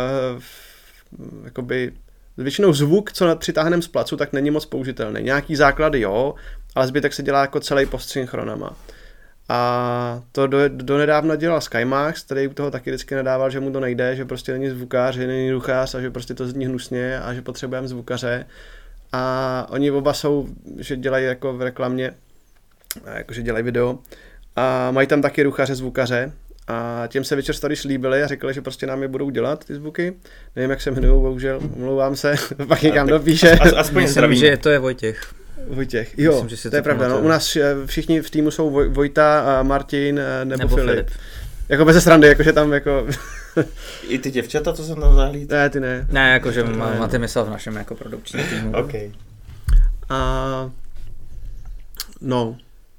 jakoby většinou zvuk, co přitáhneme z placu, tak není moc použitelný. Nějaký základy jo, ale zbytek se dělá jako celý postsynchronama. A to donedávna dělal SkyMax, který u toho taky vždycky nadával, že mu to nejde, že prostě není zvukář, že není duchář a že prostě to zní hnusně a že potřebujeme zvukaře. A oni oba jsou, že dělají jako v reklamě, jakože dělají video a mají tam taky duchaře, zvukaře a těm se Witcher Stories líbili a řekli, že prostě nám je budou dělat ty zvuky. Nevím, jak se jmenují, bohužel, omlouvám se, pak někam dopíše. Aspoň zdravím, že to je Vojtěch. Jo, myslím, to je pravda. No, u nás všichni v týmu jsou Vojta, Martin nebo Filip. Jako bez srandy, jakože tam jako... I ty děvčata, co jsem tam zahlíd? Ne, ty ne. Ne, jakože máte mysl v našem jako produkčním týmu. OK. No.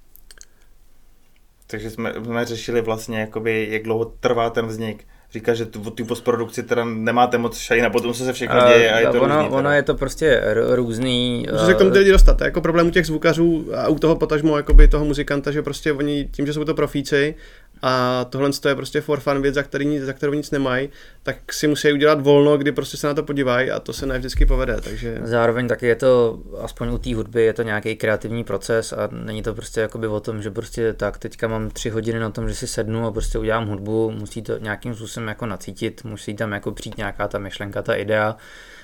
Takže jsme řešili vlastně, jakoby, jak dlouho trvá ten vznik. Říká, že tu postprodukci teda nemáte moc šajin a potom se všechno děje a je to různý. Ono je to prostě různý. Může se k tomu lidi dostat. To je jako problém u těch zvukařů a u toho potažmo jakoby toho muzikanta, že prostě oni tím, že jsou to profíci a tohle je prostě for fun věc, za kterou nic nemají, tak si musí udělat volno, kdy prostě se na to podívají a to se ne vždycky povede. Takže... Zároveň taky je to, aspoň u té hudby, je to nějaký kreativní proces a není to prostě jakoby o tom, že prostě tak teďka mám 3 hodiny na tom, že si sednu a prostě udělám hudbu, musí to nějakým způsobem jako nacítit, musí tam jako přijít nějaká ta myšlenka, ta idea.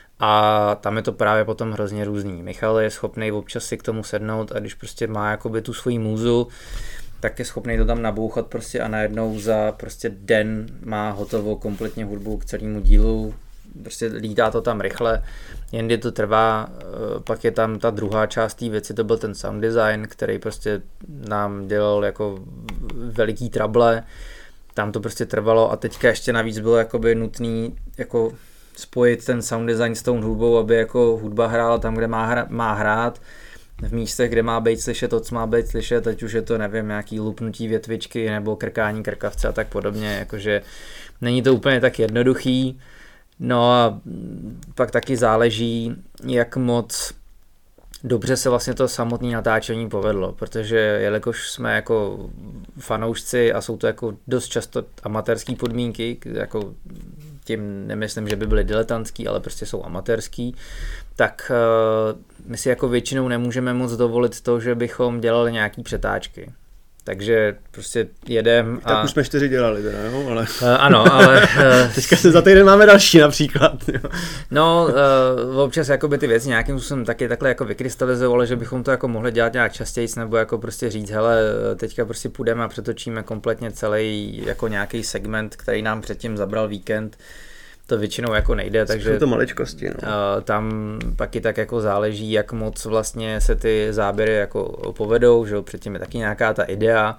A tam je to právě potom hrozně různý. Michal je schopný občas si k tomu sednout a když prostě má jakoby tu svoji můzu, tak je schopný to tam nabouchat prostě a najednou za prostě den má hotovou kompletně hudbu k celému dílu. Prostě lítá to tam rychle, jen to trvá, pak je tam ta druhá část té věci, to byl ten sound design, který prostě nám dělal jako veliký trable, tam to prostě trvalo a teďka ještě navíc bylo jakoby nutný jako spojit ten sound design s tou hudbou, aby jako hudba hrála tam, kde má hrát, v místech, kde má být slyšet to, co má být slyšet, ať už je to, nevím, nějaký lupnutí větvičky nebo krkání krkavce a tak podobně, jakože není to úplně tak jednoduchý. No a pak taky záleží, jak moc dobře se vlastně to samotné natáčení povedlo, protože jelikož jsme jako fanoušci a jsou to jako dost často amatérský podmínky, jako tím nemyslím, že by byly diletantský, ale prostě jsou amatérský, tak my si jako většinou nemůžeme moc dovolit to, že bychom dělali nějaký přetáčky. Takže prostě jedem a... Tak už jsme 4 dělali teda, jo? Ale... Ano, ale... Teďka se za týden máme další například. Jo. No, občas jakoby ty věci nějakým způsobem taky takhle jako vykrystalizovaly, že bychom to jako mohli dělat nějak častěji, nebo jako prostě říct, hele, teďka prostě půjdeme a přetočíme kompletně celý jako nějaký segment, který nám předtím zabral víkend. To většinou jako nejde, takže to maličkosti, no. Tam pak i tak jako záleží, jak moc vlastně se ty záběry jako povedou, že předtím je taky nějaká ta idea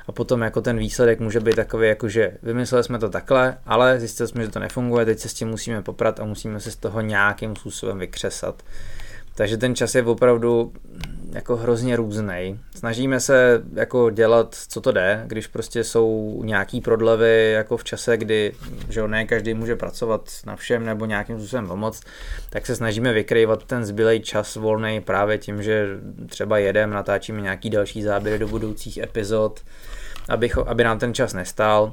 a potom jako ten výsledek může být takový, jako že vymysleli jsme to takhle, ale zjistili jsme, že to nefunguje, teď se s tím musíme poprat a musíme se z toho nějakým způsobem vykřesat. Takže ten čas je opravdu jako hrozně různej. Snažíme se jako dělat, co to jde, když prostě jsou nějaký prodlevy jako v čase, kdy že ne každý může pracovat na všem nebo nějakým způsobem pomoct, tak se snažíme vykrývat ten zbylej čas volnej právě tím, že třeba jedeme, natáčíme nějaký další záběry do budoucích epizod, aby nám ten čas nestál.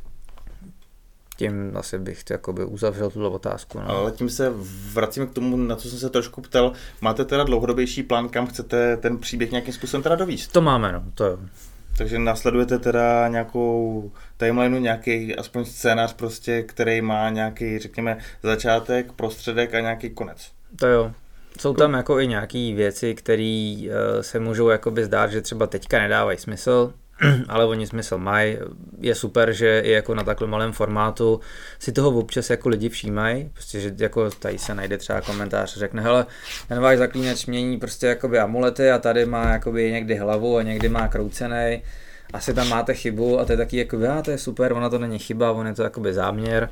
Tím asi bych jakoby uzavřel tuto otázku. No. Ale tím se vracíme k tomu, na co jsem se trošku ptal. Máte teda dlouhodobější plán, kam chcete ten příběh nějakým způsobem teda dovíst? To máme, no, to jo. Takže následujete teda nějakou timelineu, nějaký aspoň scénář prostě, který má nějaký, řekněme, začátek, prostředek a nějaký konec. To jo. Jsou tam jako i nějaký věci, které se můžou jakoby zdát, že třeba teďka nedávají smysl, ale oni smysl mají. Je super, že i jako na takhle malém formátu si toho občas jako lidi všímají, prostě, že jako tady se najde třeba komentář, řekne, hele, ten váš zaklínač mění prostě jakoby amulety a tady má jakoby někdy hlavu a někdy má kroucenej, asi tam máte chybu a to je taky jako, to je super, ona to není chyba, on je to jakoby záměr.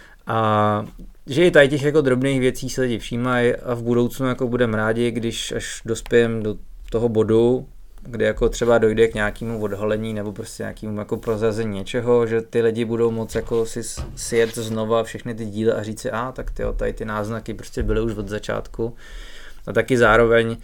A že i tady těch jako drobných věcí se lidi všímají a v budoucnu jako budeme rádi, když až dospějeme do toho bodu, kde jako třeba dojde k nějakému odhalení nebo prostě nějakému jako prozrazení něčeho, že ty lidi budou moct jako si sjet znova všechny ty díly a říct si, tak tyjo, tady ty náznaky prostě byly už od začátku. A taky zároveň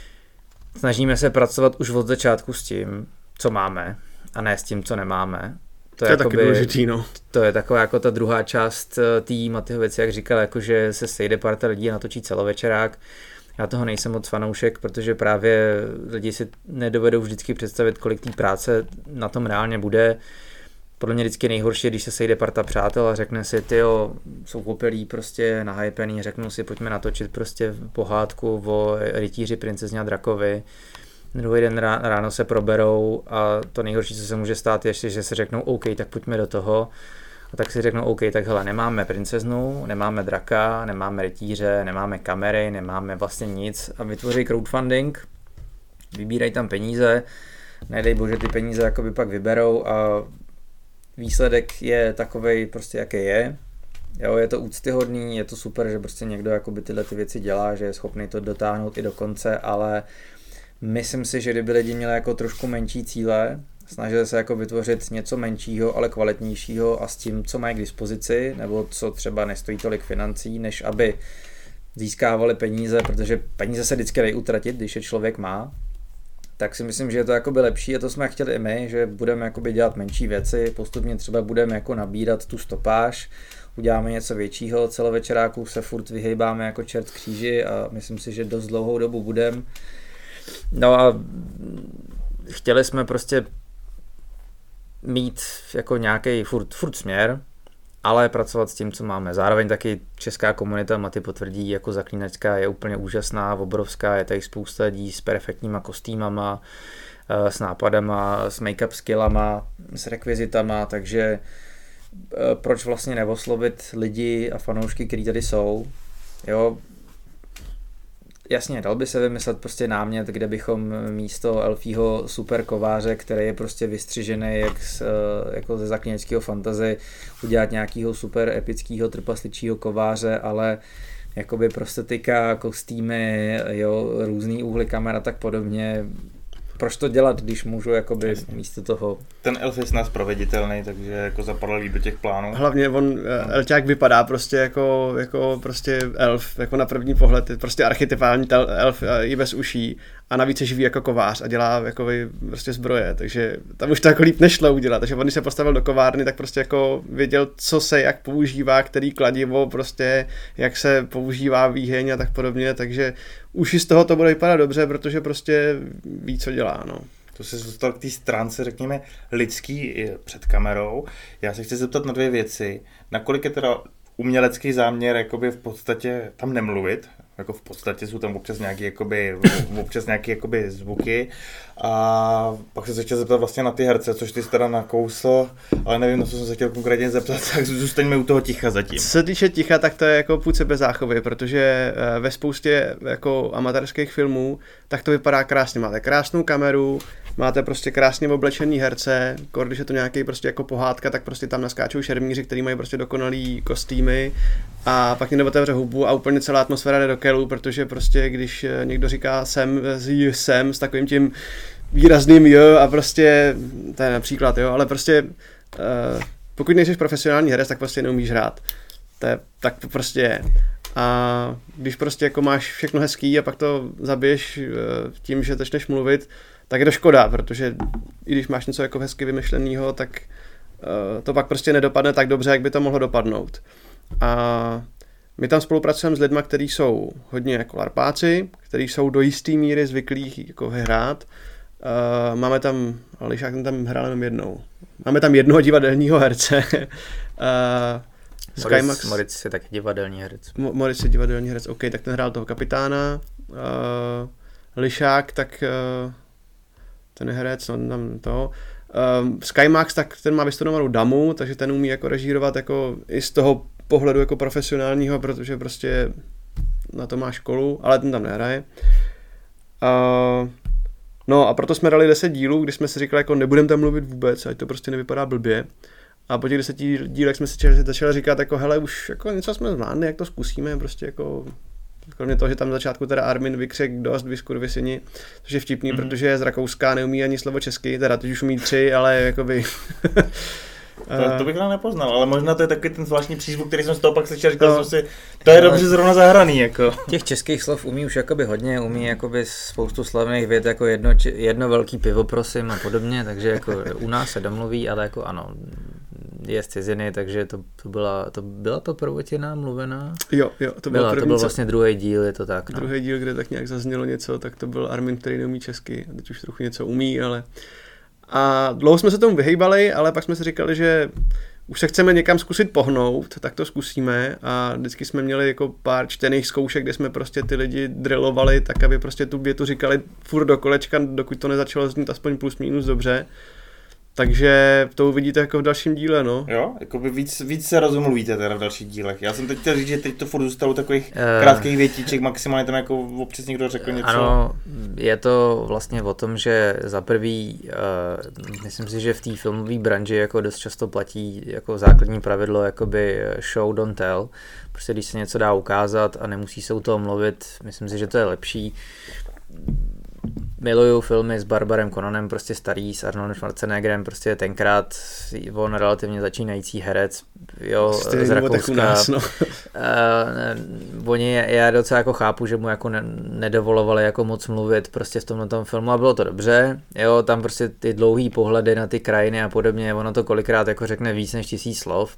snažíme se pracovat už od začátku s tím, co máme a ne s tím, co nemáme. To je taky důležitý, no. To je taková jako ta druhá část tým a tyho věci, jak říkal, jako že se sejde parta lidí a natočí celovečerák. Já toho nejsem moc fanoušek, protože právě lidi si nedovedou vždycky představit, kolik té práce na tom reálně bude. Podle mě vždycky nejhorší, když se sejde parta přátel a řekne si, tyjo, jsou popelí prostě nahypený, řeknou si, pojďme natočit prostě pohádku o rytíři, princezně a drakovi. Druhý den ráno se proberou a to nejhorší, co se může stát, je, že se řeknou, OK, tak pojďme do toho. A tak si řeknou, OK, tak hele, nemáme princeznu, nemáme draka, nemáme rytíře, nemáme kamery, nemáme vlastně nic a vytvoří crowdfunding, vybírají tam peníze, nedej bože ty peníze jakoby pak vyberou a výsledek je takovej prostě jaký je. Jo, je to úctyhodný, je to super, že prostě někdo jakoby tyhle ty věci dělá, že je schopný to dotáhnout i do konce, ale myslím si, že kdyby lidi měli jako trošku menší cíle, snažili se jako vytvořit něco menšího, ale kvalitnějšího a s tím, co mají k dispozici, nebo co třeba nestojí tolik financí, než aby získávali peníze, protože peníze se vždycky dají utratit, když je člověk má, tak si myslím, že je to jakoby lepší a to jsme chtěli i my, že budeme jakoby dělat menší věci, postupně třeba budeme jako nabírat tu stopáž, uděláme něco většího, celovečeráků se furt vyhejbáme jako čert kříži a myslím si, že dost dlouhou dobu budeme. No a chtěli jsme prostě mít jako nějaký furt směr, ale pracovat s tím, co máme. Zároveň taky česká komunita, Maty potvrdí, jako zaklínačská je úplně úžasná, obrovská, je tady spousta lidí s perfektníma kostýmama, s nápadama, s make-up skillama, s rekvizitama, takže proč vlastně neoslovit lidi a fanoušky, kteří tady jsou. Jo, jasně, dal by se vymyslet prostě námět, kde bychom místo elfího super kováře, který je prostě vystřižený jako ze zaklínačského fantasy, udělat nějakého super epického trpasličího kováře, ale jakoby prostetika, kostýmy, jo, různý úhly kamer a tak podobně. Proč to dělat, když můžu jakoby místo toho? Ten elf je s nás proveditelný, takže jako zapadl líp do těch plánů. Hlavně on, elťák vypadá prostě jako prostě elf, jako na první pohled, je prostě archetypální elf i bez uší a navíc je živý jako kovář a dělá jako prostě zbroje, takže tam už to jako líp nešlo udělat, takže on, když se postavil do kovárny, tak prostě jako věděl, co se jak používá, který kladivo, prostě jak se používá výheň a tak podobně, takže už i z toho to bude vypadat dobře, protože prostě ví, co dělá, no. To se dostal k té stránce, řekněme, lidský před kamerou. Já se chci zeptat na dvě věci. Nakolik je teda umělecký záměr jakoby v podstatě tam nemluvit, jako v podstatě jsou tam občas nějaké jakoby zvuky a pak se chtěl zeptat vlastně na ty herce, což ty jsi teda nakousl, ale nevím, na co jsem se chtěl konkrétně zeptat, tak zůstaňme u toho ticha zatím. Co se týče ticha, tak to je jako půd sebezáchovy, protože ve spoustě jako amatérských filmů, tak to vypadá krásně, máte krásnou kameru, máte prostě krásně oblečený herce, když je to nějaký prostě jako pohádka, tak prostě tam naskáčou šermíři, který mají prostě dokonalý kostýmy a pak někdo otevře hubu a úplně celá atmosféra jde do kelu, protože prostě když někdo říká sem s takovým tím výrazným jo a prostě, to je například, jo, ale prostě pokud nejsi profesionální herec, tak prostě neumíš hrát. Tak to prostě je. A když prostě jako máš všechno hezký a pak to zabiješ tím, že začneš mluvit, tak je to škoda, protože i když máš něco jako hezky vymyšlenýho, tak to pak prostě nedopadne tak dobře, jak by to mohlo dopadnout. A my tam spolupracujeme s lidmi, kteří jsou hodně jako larpáci, kteří jsou do jisté míry zvyklí jako hrát. Máme tam, ale když já tam hrál jenom jednou. Máme tam jednoho divadelního herce. Moritz je taky divadelní herec. Moritz je divadelní herec, OK, tak ten hrál toho kapitána. Lišák, tak ten je herec, no tam to. Skymax, tak ten má vystudovanou damu, takže ten umí jako režírovat jako i z toho pohledu jako profesionálního, protože prostě na to má školu, ale ten tam nehraje. No a proto jsme dali 10 dílů, kdy jsme si říkali, jako nebudeme tam mluvit vůbec, ať to prostě nevypadá blbě. A po těch 10 dílech jsme si začali říkat, jako hele, už jako něco jsme zvládli, jak to zkusíme, prostě jako kromě toho, že tam na začátku teda Armin vykřek dost vyskurvysyni, což je vtipný, protože je z Rakouska, neumí ani slovo česky, teda teď už umí 3, ale jakoby... To bych nepoznal, ale možná to je taky ten zvláštní přízvuk, který jsem z toho pak slyšel, říkal jsem si, to je dobře zrovna zahraný, jako. Těch českých slov umí už jakoby hodně, umí jakoby spoustu slavných vět, jako jedno velký pivo prosím a podobně, takže jako u nás se domluví, ale jako ano, je z ciziny, takže to byla to prvotina mluvená? Jo, to byl to byl vlastně druhý díl, je to tak. No. Druhý díl, kde tak nějak zaznělo něco, tak to byl Armin, který neumí česky, a teď už trochu něco umí, ale... A dlouho jsme se tomu vyhejbali, ale pak jsme si říkali, že už se chceme někam zkusit pohnout, tak to zkusíme a vždycky jsme měli jako pár čtených zkoušek, kde jsme prostě ty lidi drillovali tak, aby prostě tu větu říkali furt do kolečka, dokud to nezačalo znít aspoň plus minus dobře. Takže to uvidíte jako v dalším díle, no. Jo, jako by víc se rozmluvíte teda v dalších dílech. Já jsem teď chtěl říct, že teď to furt zůstalo takových krátkých větiček, maximálně tam jako občas někdo řekl něco. Ano, je to vlastně o tom, že za prvý, myslím si, že v té filmové branži jako dost často platí jako základní pravidlo jakoby show don't tell. Prostě když se něco dá ukázat a nemusí se u toho mluvit, myslím si, že to je lepší. Miluju filmy s Barbarem Connonem, prostě starý, s Arnoldem Schwarzeneggerem, prostě tenkrát on relativně začínající herec, jo, z Rakouska. Já docela jako chápu, že mu jako nedovolovali jako moc mluvit prostě v tomto filmu a bylo to dobře, jo, tam prostě ty dlouhý pohledy na ty krajiny a podobně, ono to kolikrát jako řekne víc než 1000 slov.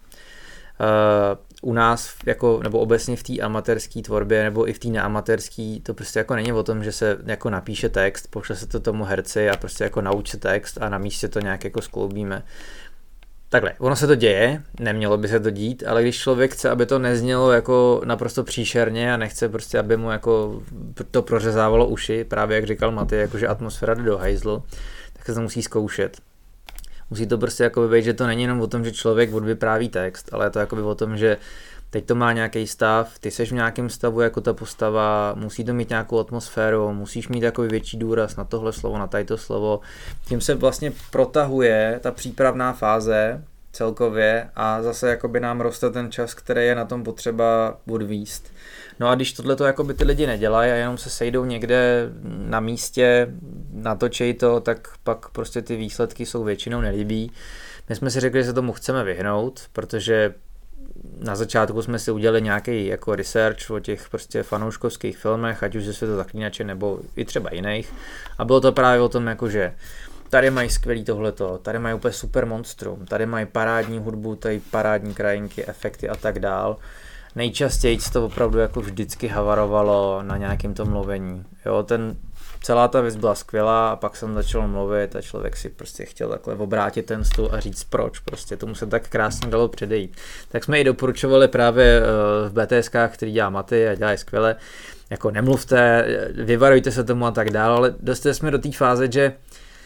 U nás, jako, nebo obecně v té amatérské tvorbě, nebo i v té neamatérské, to prostě jako není o tom, že se jako napíše text, pošle se to tomu herci a prostě jako nauč se text a na místě to nějak jako skloubíme. Takhle, ono se to děje, nemělo by se to dít, ale když člověk chce, aby to neznělo jako naprosto příšerně a nechce prostě, aby mu jako to prořezávalo uši, právě jak říkal Maty, jakože atmosféra jde do hajzlu, tak se to musí zkoušet. Musí to prostě jako být, že to není jenom o tom, že člověk odvypráví text, ale je to jako o tom, že teď to má nějaký stav, ty seš v nějakém stavu jako ta postava, musí to mít nějakou atmosféru, musíš mít takový větší důraz na tohle slovo, na tato slovo. Tím se vlastně protahuje ta přípravná fáze celkově a zase jakoby nám roste ten čas, který je na tom potřeba odvíst. No a když tohleto jakoby ty lidi nedělají a jenom se sejdou někde na místě, natočej to, tak pak prostě ty výsledky jsou většinou nelíbí. My jsme si řekli, že se tomu chceme vyhnout, protože na začátku jsme si udělali nějaký jako research o těch prostě fanouškovských filmech, ať už ze Světa zaklínače nebo i třeba jiných. A bylo to právě o tom, jako že tady mají skvělý tohleto, tady mají úplně super monstrum, tady mají parádní hudbu, tady parádní krajinky, efekty a tak dál. Nejčastěji to opravdu jako vždycky havarovalo na nějakém tom mluvení. Jo, celá ta věc byla skvělá a pak jsem začal mluvit a člověk si prostě chtěl takhle obrátit ten stůl a říct proč, prostě tomu se tak krásně dalo předejít. Tak jsme i doporučovali právě v BTSkách, který dělá Maty a dělají skvěle, jako nemluvte, vyvarujte se tomu a tak dále, ale dostali jsme do té fáze, že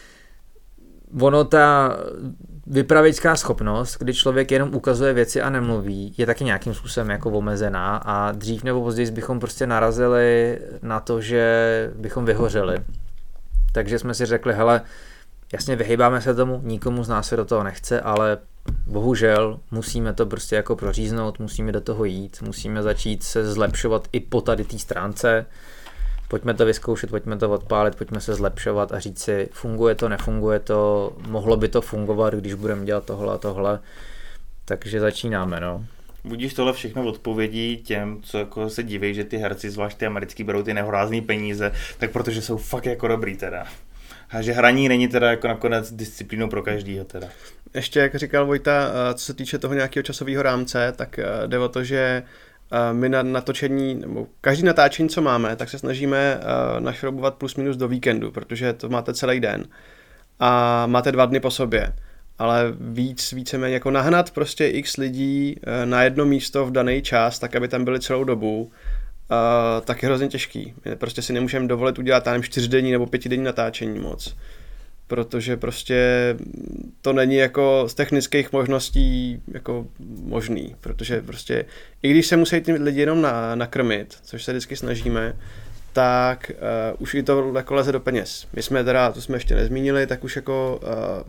ono ta vypravěčská schopnost, kdy člověk jenom ukazuje věci a nemluví, je taky nějakým způsobem jako omezená a dřív nebo později bychom prostě narazili na to, že bychom vyhořeli. Takže jsme si řekli, hele, jasně vyhýbáme se tomu, nikomu z nás se do toho nechce, ale bohužel musíme to prostě jako proříznout, musíme do toho jít, musíme začít se zlepšovat i po tady té stránce. Pojďme to vyzkoušet, pojďme to odpálit, pojďme se zlepšovat a říct si, funguje to, nefunguje to, mohlo by to fungovat, když budeme dělat tohle a tohle. Takže začínáme, no. Budíš tohle všechno odpovědí těm, co jako se diví, že ty herci, zvlášť ty americký, berou ty nehorázný peníze, tak protože jsou fakt jako dobrý teda. A že hraní není teda jako nakonec disciplínou pro každýho teda. Ještě jak říkal Vojta, co se týče toho nějakého časového rámce, tak jde o to, že my na natočení, nebo každý natáčení, co máme, tak se snažíme našroubovat plus minus do víkendu, protože to máte celý den a máte 2 dny po sobě. Ale víceméně jako nahnat prostě x lidí na jedno místo v daný čas, tak aby tam byli celou dobu, tak je hrozně těžký. My prostě si nemůžeme dovolit udělat tam 4denní nebo 5denní natáčení moc. Protože prostě to není jako z technických možností jako možný. Protože prostě i když se musí ty lidi jenom nakrmit, což se vždycky snažíme, tak už i to jako leze do peněz. My jsme teda, to jsme ještě nezmínili, tak už jako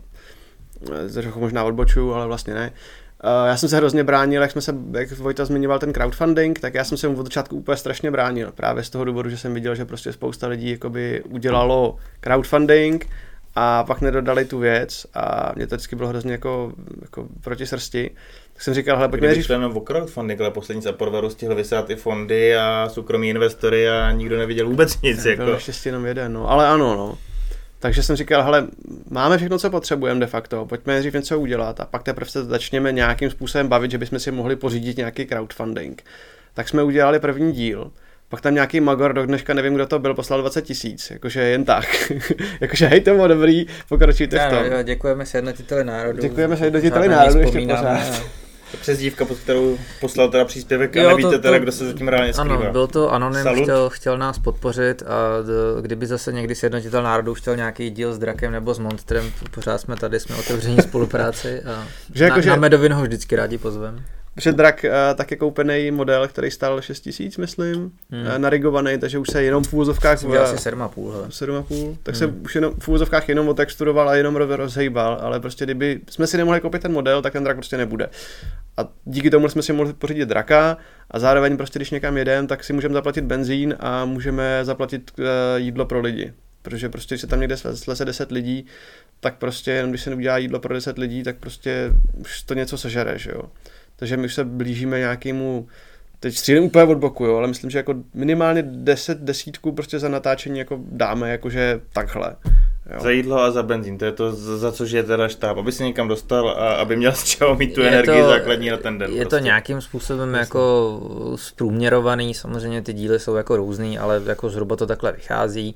trochu možná odbočuju, ale vlastně ne. Já jsem se hrozně bránil, jak Vojta zmiňoval ten crowdfunding, tak já jsem se mu od začátku úplně strašně bránil. Právě z toho důvodu, že jsem viděl, že prostě spousta lidí jakoby udělalo crowdfunding a pak nedodali tu věc a mě to vždycky bylo hrozně jako proti srsti. Tak jsem říkal, hele, pojďme říct. Kdyby o crowdfunding, ale poslední Zaporvaru stihl vysát i fondy a soukromí investory a nikdo neviděl vůbec nic. Byl naštěstí jenom jeden, no, ale ano, no. Takže jsem říkal, hele, máme všechno, co potřebujeme de facto, pojďme nejdřív něco udělat a pak teprve se začněme nějakým způsobem bavit, že bychom si mohli pořídit nějaký crowdfunding. Tak jsme udělali první díl, pak tam nějaký magor, do dneška nevím, kdo to byl, poslal 20 000, jakože jen tak. Jakože hej, to bylo dobrý, pokračujte v tom. Jo, děkujeme Sjednotiteli národů. Děkujeme Sjednotiteli národů ještě pořád. Přezdívka, pod kterou poslal teda příspěvek a nevíte teda, kdo se zatím reálně skrývá. Ano, byl to anonym, chtěl nás podpořit a kdyby zase někdy Sjednotitel národů chtěl nějaký díl s Drakem nebo s Monstrem, pořád jsme tady, jsme otevření spolupráci a na Medovin ho vždycky rádi pozveme. Protože Drak tak je koupený model, který stál 6 000, myslím, narigovaný, takže už se jenom v úvozovkách... Jsem dělal asi 7,5. 7,5, tak se už jenom v úvozovkách jenom otexturoval a jenom rozhejbal, ale prostě kdyby jsme si nemohli koupit ten model, tak ten Drak prostě nebude. A díky tomu jsme si mohli pořídit Draka a zároveň prostě, když někam jedeme, tak si můžeme zaplatit benzín a můžeme zaplatit jídlo pro lidi. Protože prostě, když se tam někde sleze 10 lidí, tak prostě jenom když se udělá jídlo pro 10 lidí, tak prostě už to něco sežere, že jo. Takže my už se blížíme nějakému, teď střílím úplně od boku, jo, ale myslím, že jako minimálně 10 desítku prostě za natáčení jako dáme, jakože takhle. Jo. Za jídlo a za benzín, to je to, za což je teda štáb, aby se někam dostal a aby měl z čeho mít tu energii základní na ten den. Je prostě to nějakým způsobem jako zprůměrovaný, samozřejmě ty díly jsou jako různý, ale jako zhruba to takhle vychází.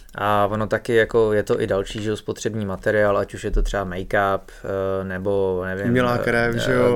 A ono taky jako je to i další, že spotřební materiál, ať už je to třeba make-up, nebo nevím, umělá krev, že jo,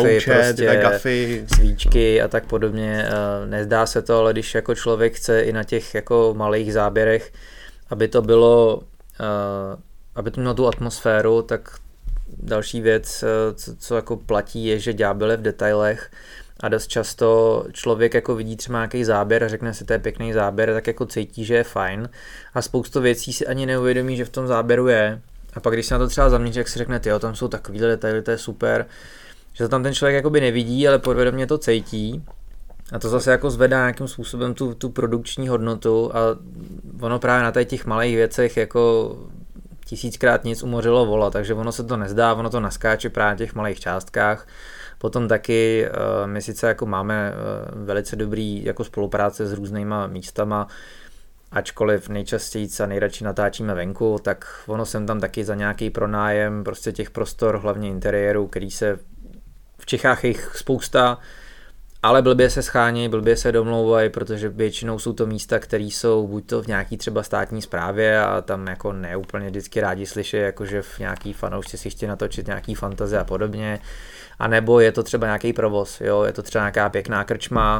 gafy, svíčky a tak podobně. Nezdá se to, ale když jako člověk chce i na těch jako malých záběrech, aby to bylo, aby to mělo tu atmosféru, tak další věc, co jako platí, je, že ďábel je v detailech. A dost často člověk jako vidí třeba nějaký záběr a řekne si, to je pěkný záběr, tak jako cítí, že je fajn a spoustu věcí si ani neuvědomí, že v tom záběru je. A pak když se na to třeba zaměří, jak si řekne, tyjo, tam jsou takovýhle detaily, to je super, že to tam ten člověk jakoby nevidí, ale podvědomě to cítí. A to zase jako zvedá nějakým způsobem tu produkční hodnotu a ono právě na těch malých věcech jako 1000krát nic umořilo vola, takže ono se to nezdá, ono to naskáče právě na těch malých částkách. Potom taky my sice jako máme velice dobrý jako spolupráce s různýma místama, ačkoliv nejčastěji a nejradši natáčíme venku, tak ono sem tam taky za nějaký pronájem prostě těch prostor, hlavně interiérů, který se v Čechách jich spousta, ale blbě se schání, blbě se domlouvají, protože většinou jsou to místa, které jsou buď to v nějaký třeba státní správě a tam jako neúplně vždycky rádi slyší, jakože v nějaký fanoušci si chtějí natočit nějaký fantazie a podobně. A nebo je to třeba nějaký provoz, jo? Je to třeba nějaká pěkná krčma,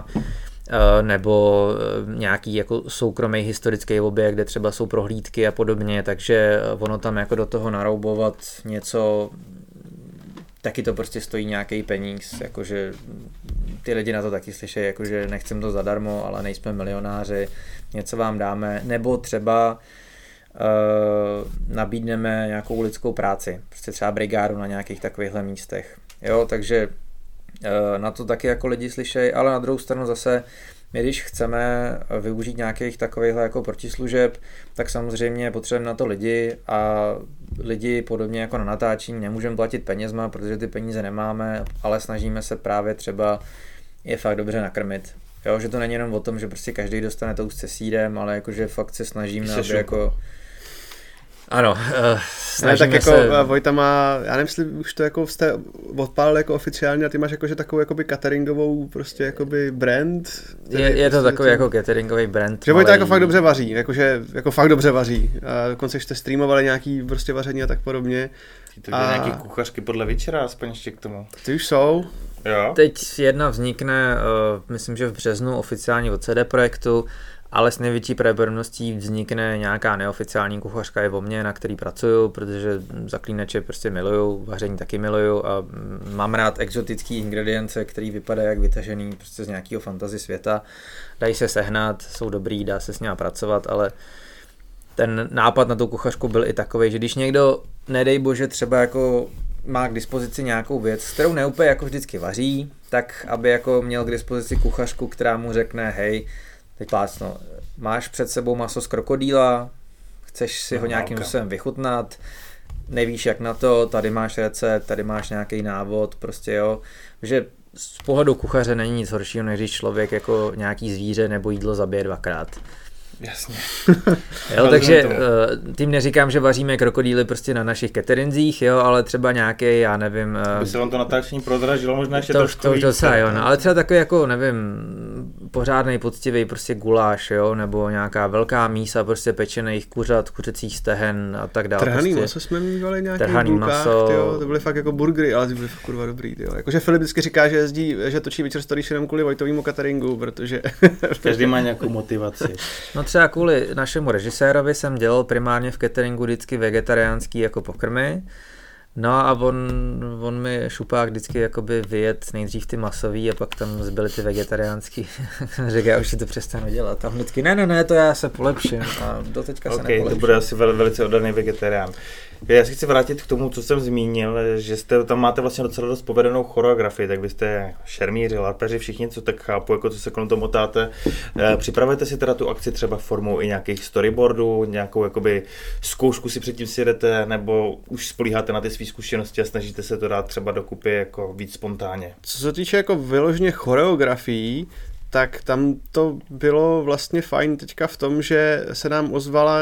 nebo nějaký jako soukromý historický objekt, kde třeba jsou prohlídky a podobně, takže ono tam jako do toho naroubovat něco, taky to prostě stojí nějaký peníz, jakože ty lidi na to taky slyší, jakože nechcem to zadarmo, ale nejsme milionáři, něco vám dáme, nebo třeba nabídneme nějakou lidskou práci, prostě třeba brigádu na nějakých takovýchhle místech. Jo, takže na to taky jako lidi slyšejí, ale na druhou stranu zase my, když chceme využít nějakých takovýchhle jako protislužeb, tak samozřejmě potřebujeme na to lidi a lidi podobně jako na natáčení nemůžeme platit penězma, protože ty peníze nemáme, ale snažíme se právě třeba je fakt dobře nakrmit. Jo, že to není jenom o tom, že prostě každý dostane to s sírem, ale jakože fakt se snažíme, aby jako... Ano, snažíme tak se... jako Vojta má, já nevím, jestli už to jako jste odpálil jako oficiálně a ty máš jakože takovou jakoby cateringovou prostě jakoby brand. Je prostě to takový jako cateringový brand. Že Vojta jako fakt dobře vaří, jakože jako fakt dobře vaří. A dokonce jste streamovali nějaký prostě vaření a tak podobně. To je nějaký kuchařky podle večera, aspoň ještě k tomu. Ty už jsou. Jo. Teď jedna vznikne, myslím, že v březnu oficiálně od CD Projektu, ale s největší pravděpodobností vznikne nějaká neoficiální kuchařka i o mně, na který pracuju, protože zaklínače prostě miluju, vaření taky miluju a mám rád exotický ingredience, který vypadají jak vytažený prostě z nějakého fantasy světa. Dají se sehnat, jsou dobrý, dá se s ním pracovat, ale ten nápad na tu kuchařku byl i takový, že když někdo, nedej bože, třeba jako má k dispozici nějakou věc, s kterou neúplně jako vždycky vaří, tak aby jako měl k dispozici kuchařku, která mu řekne, hej, teď plácno, máš před sebou maso z krokodýla, chceš si ho nějakým způsobem vychutnat, nevíš jak na to, tady máš recept, tady máš nějaký návod, prostě jo, že z pohledu kuchaře není nic horšího, než když člověk jako nějaký zvíře nebo jídlo zabije dvakrát. Jasně. Jo, takže tím neříkám, že vaříme krokodýly prostě na našich cateringzích, jo, ale třeba nějaký, já nevím... By se vám to natáčení prodražilo možná ještě trošku víc. Jo, no, ale třeba takový jako, nevím, pořádnej, poctivý prostě guláš, jo, nebo nějaká velká mísa prostě pečených kuřat, kuřecích stehen a tak dále. Trhaný prostě. maso jsme mývali nějaký bulkách, to byly fakt jako burgery, ale ty byly fakt kurva dobrý, jo. Jakože Filip vždycky říká, že jezdí, že točí Večer Stories jenom kvůli Vojtovému cateringu, protože... Každý má nějakou motivaci. No třeba kvůli našemu režisérovi jsem dělal primárně v cateringu vždycky vegetariánský jako pokrmy. No a on mi šupák vždycky jakoby vyjet nejdřív ty masový a pak tam zbyly ty vegetariánský. Řekl, já už si to přestanu dělat. A vždycky ne, to já se polepším. A do teďka se nepolepším. To bude asi velice oddaný vegetarián. Já si chci vrátit k tomu, co jsem zmínil, že jste tam máte vlastně docela dost povedenou choreografii, tak vy jste šermíři, larpeři, všichni, co tak chápu, jako co se kolem toho motáte. Připravujete si teda tu akci třeba formou i nějakých storyboardů, nějakou jakoby zkoušku si předtím si jdete, nebo už spolíháte na ty své zkušenosti a snažíte se to dát třeba dokupy jako víc spontánně? Co se týče jako vyloženě choreografií, tak tam to bylo vlastně fajn teďka v tom, že se nám ozvala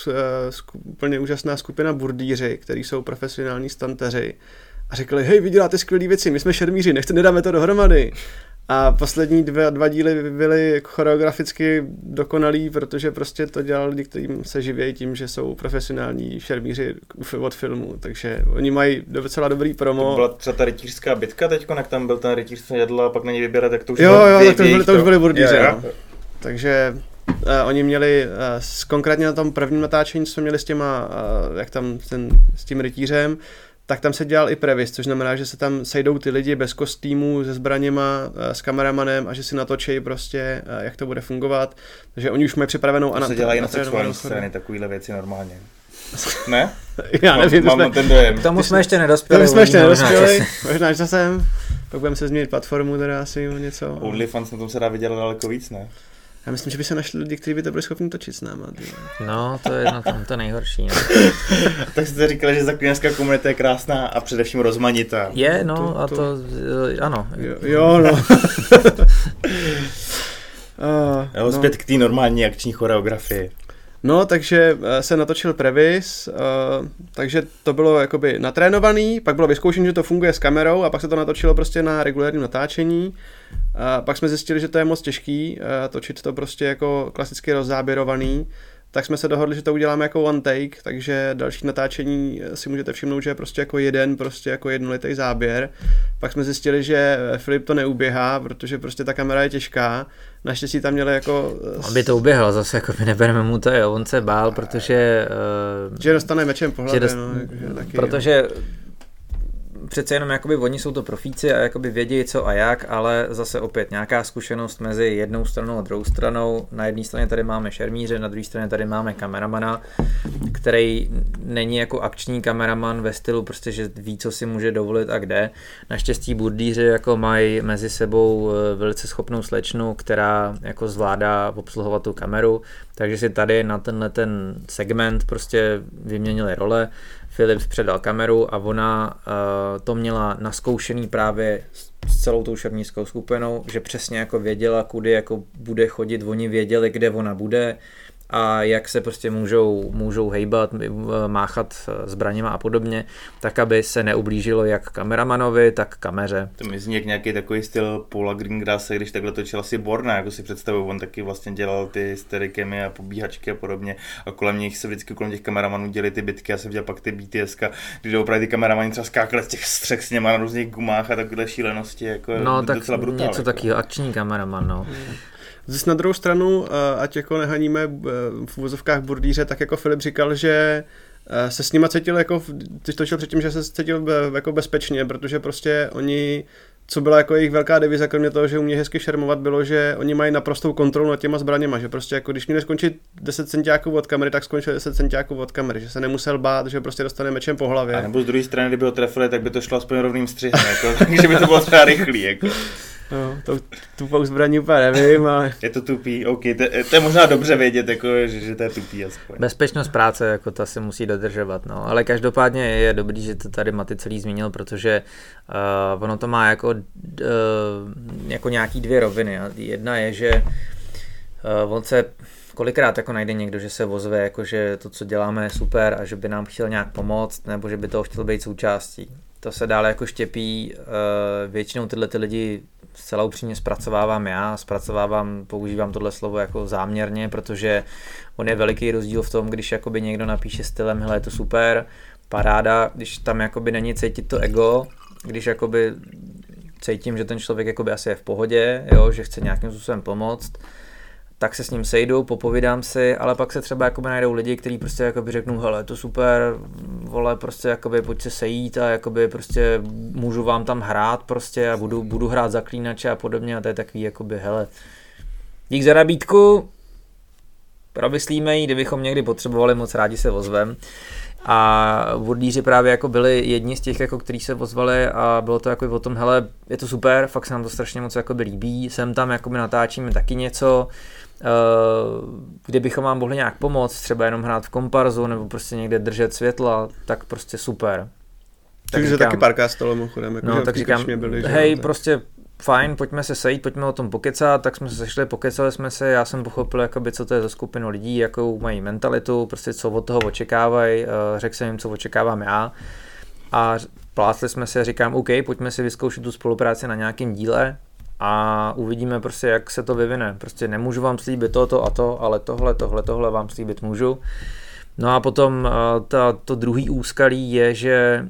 úplně úžasná skupina burdíři, kteří jsou profesionální stanteři a řekli, hej, vy děláte skvělý věci, my jsme šermíři, nedáme to dohromady. A poslední dva díly byly choreograficky dokonalý, protože prostě to dělali lidi, kterým se živějí tím, že jsou profesionální šermíři od filmu, takže oni mají docela dobrý promo. To byla třeba ta rytířská bitka teďko, jak tam byl ten rytíř, co jedla a pak na něj vybírat, tak to už to už byly burdíři. No. Takže oni měli konkrétně na tom prvním natáčení, co jsme měli s těma, jak tam s tím rytířem, tak tam se dělal i previs, což znamená, že se tam sejdou ty lidi bez kostýmů, se zbraněma, s kameramanem a že si natočí prostě, jak to bude fungovat. Takže oni už mají připravenou... To se dělají na sexuální scény, takovýhle věci normálně. Ne? Já nevím, mám ten dojem. K tomu jsme ještě nedospěli. Možná časem. Pak budeme se změnit platformu, teda asi něco. OnlyFans, na tom se dá vydělat daleko víc, ne? Já myslím, že by se našli lidi, kteří by to byli schopni točit s náma. No, to je na tom to nejhorší. No. Tak jste říkali, že zaklínačská komunita je krásná a především rozmanitá. Je, no, ano. Jo, no. Zpět k té normální akční choreografii. No, takže se natočil previs, takže to bylo jakoby natrénovaný, pak bylo vyzkoušeno, že to funguje s kamerou a pak se to natočilo prostě na regulárním natáčení. A pak jsme zjistili, že to je moc těžký, točit to prostě jako klasicky rozzáběrovaný, tak jsme se dohodli, že to uděláme jako one take, takže další natáčení si můžete všimnout, že je prostě jako jednolitý záběr. Pak jsme zjistili, že Filip to neuběhá, protože prostě ta kamera je těžká. Naštěstí tam měli jako... On by to uběhal zase, jako by nebereme mu to, jo. On se bál, protože... Že dostane mečem po hlavě, taky, protože přece jenom jakoby oni jsou to profíci a jakoby vědí co a jak, ale zase opět nějaká zkušenost mezi jednou stranou a druhou stranou. Na jedné straně tady máme šermíře, na druhé straně tady máme kameramana, který není jako akční kameraman ve stylu prostě, že ví, co si může dovolit a kde. Naštěstí burdíři jako mají mezi sebou velice schopnou slečnu, která jako zvládá obsluhovat tu kameru, takže si tady na tenhle ten segment prostě vyměnili role. Philips předal kameru a ona to měla naskoušený právě s celou tou šermířskou skupinou, že přesně jako věděla, kudy jako bude chodit, oni věděli, kde ona bude a jak se prostě můžou hejbat, máchat zbraněma a podobně, tak aby se neublížilo jak kameramanovi, tak kameře. To mi zní jak nějaký takový styl Paula Greengrassa, když takhle točil asi Borna, jako si představuju, on taky vlastně dělal ty steadicamy a pobíhačky a podobně a kolem nich se vždycky kolem těch kameramanů děli ty bitky, já jsem viděl pak ty BTSka, kdy opravdu ty kameramani třeba skákali z těch střech s něma na různých gumách a takové šílenosti, jako no, docela tak brutál. Něco jako. takového, akční kameraman, no. Zase na druhou stranu, ať jako nehaníme v uvozovkách burdíře, tak jako Filip říkal, že se s nima cítil jako, ty jsi točil předtím, že se cítil jako bezpečně, protože prostě oni, co byla jako jejich velká devize, kromě toho, že umějí hezky šermovat, bylo, že oni mají naprostou kontrolu nad těma zbraněma, že prostě jako když měli skončit 10 centiáků od kamery, tak skončil 10 centiáků od kamery, že se nemusel bát, že prostě dostane mečem po hlavě. A nebo z druhé strany, kdyby ho trefili, tak by to šlo aspoň rovným střihem, jako, takže by to bylo třeba rychlý, jako. No, to tupou zbraní úplně nevím, ale... Je to tupý, ok, to je možná dobře vědět, jako, že to je tupý aspoň. Bezpečnost práce, jako ta se musí dodržovat, no, ale každopádně je dobrý, že to tady Maty celý zmínil, protože ono to má jako nějaký dvě roviny. Jedna je, že on se kolikrát jako najde někdo, že se ozve, jako že to, co děláme, je super a že by nám chtěl nějak pomoct, nebo že by toho chtěl být součástí. To se dále jako štěpí, většinou tyhle ty lidi zcela upřímně zpracovávám já, používám tohle slovo jako záměrně, protože on je veliký rozdíl v tom, když jakoby někdo napíše stylem, hele, je to super, paráda, když tam jakoby není cítit to ego, když jakoby cítím, že ten člověk jakoby asi je v pohodě, jo, že chce nějakým způsobem pomoct, tak se s ním sejdu, popovídám si, ale pak se třeba jakoby najdou lidi, kteří prostě jakoby řeknou, hele, to super, vole, prostě jakoby pojď se sejít a jakoby prostě můžu vám tam hrát prostě a budu hrát zaklínače a podobně a to je takový jakoby, hele, dík za nabídku, promyslíme ji, kdybychom někdy potřebovali, moc rádi se ozvem. A vodlíři právě jako byli jedni z těch, jako, kteří se ozvali a bylo to jako o tom, hele, je to super, fakt se nám to strašně moc jako líbí, sem tam jakoby natáčíme taky něco, kde bychom vám mohli nějak pomoct, třeba jenom hrát v komparzu nebo prostě někde držet světla, tak prostě super. Takže taky párkrát stalo mimochodem, jako no, tak říkám, byli, hej, prostě fajn, pojďme se sejít, pojďme o tom pokecat, tak jsme se sešli, pokecali jsme se, já jsem pochopil, jakoby, co to je za skupinu lidí, jakou mají mentalitu, prostě co od toho očekávají, řekl jsem jim, co očekávám já a plásli jsme se a říkám, OK, pojďme si vyzkoušet tu spolupráci na nějakém díle a uvidíme prostě, jak se to vyvine, prostě nemůžu vám slíbit to a to, ale tohle vám slíbit můžu. No a potom to druhý úskalí je, že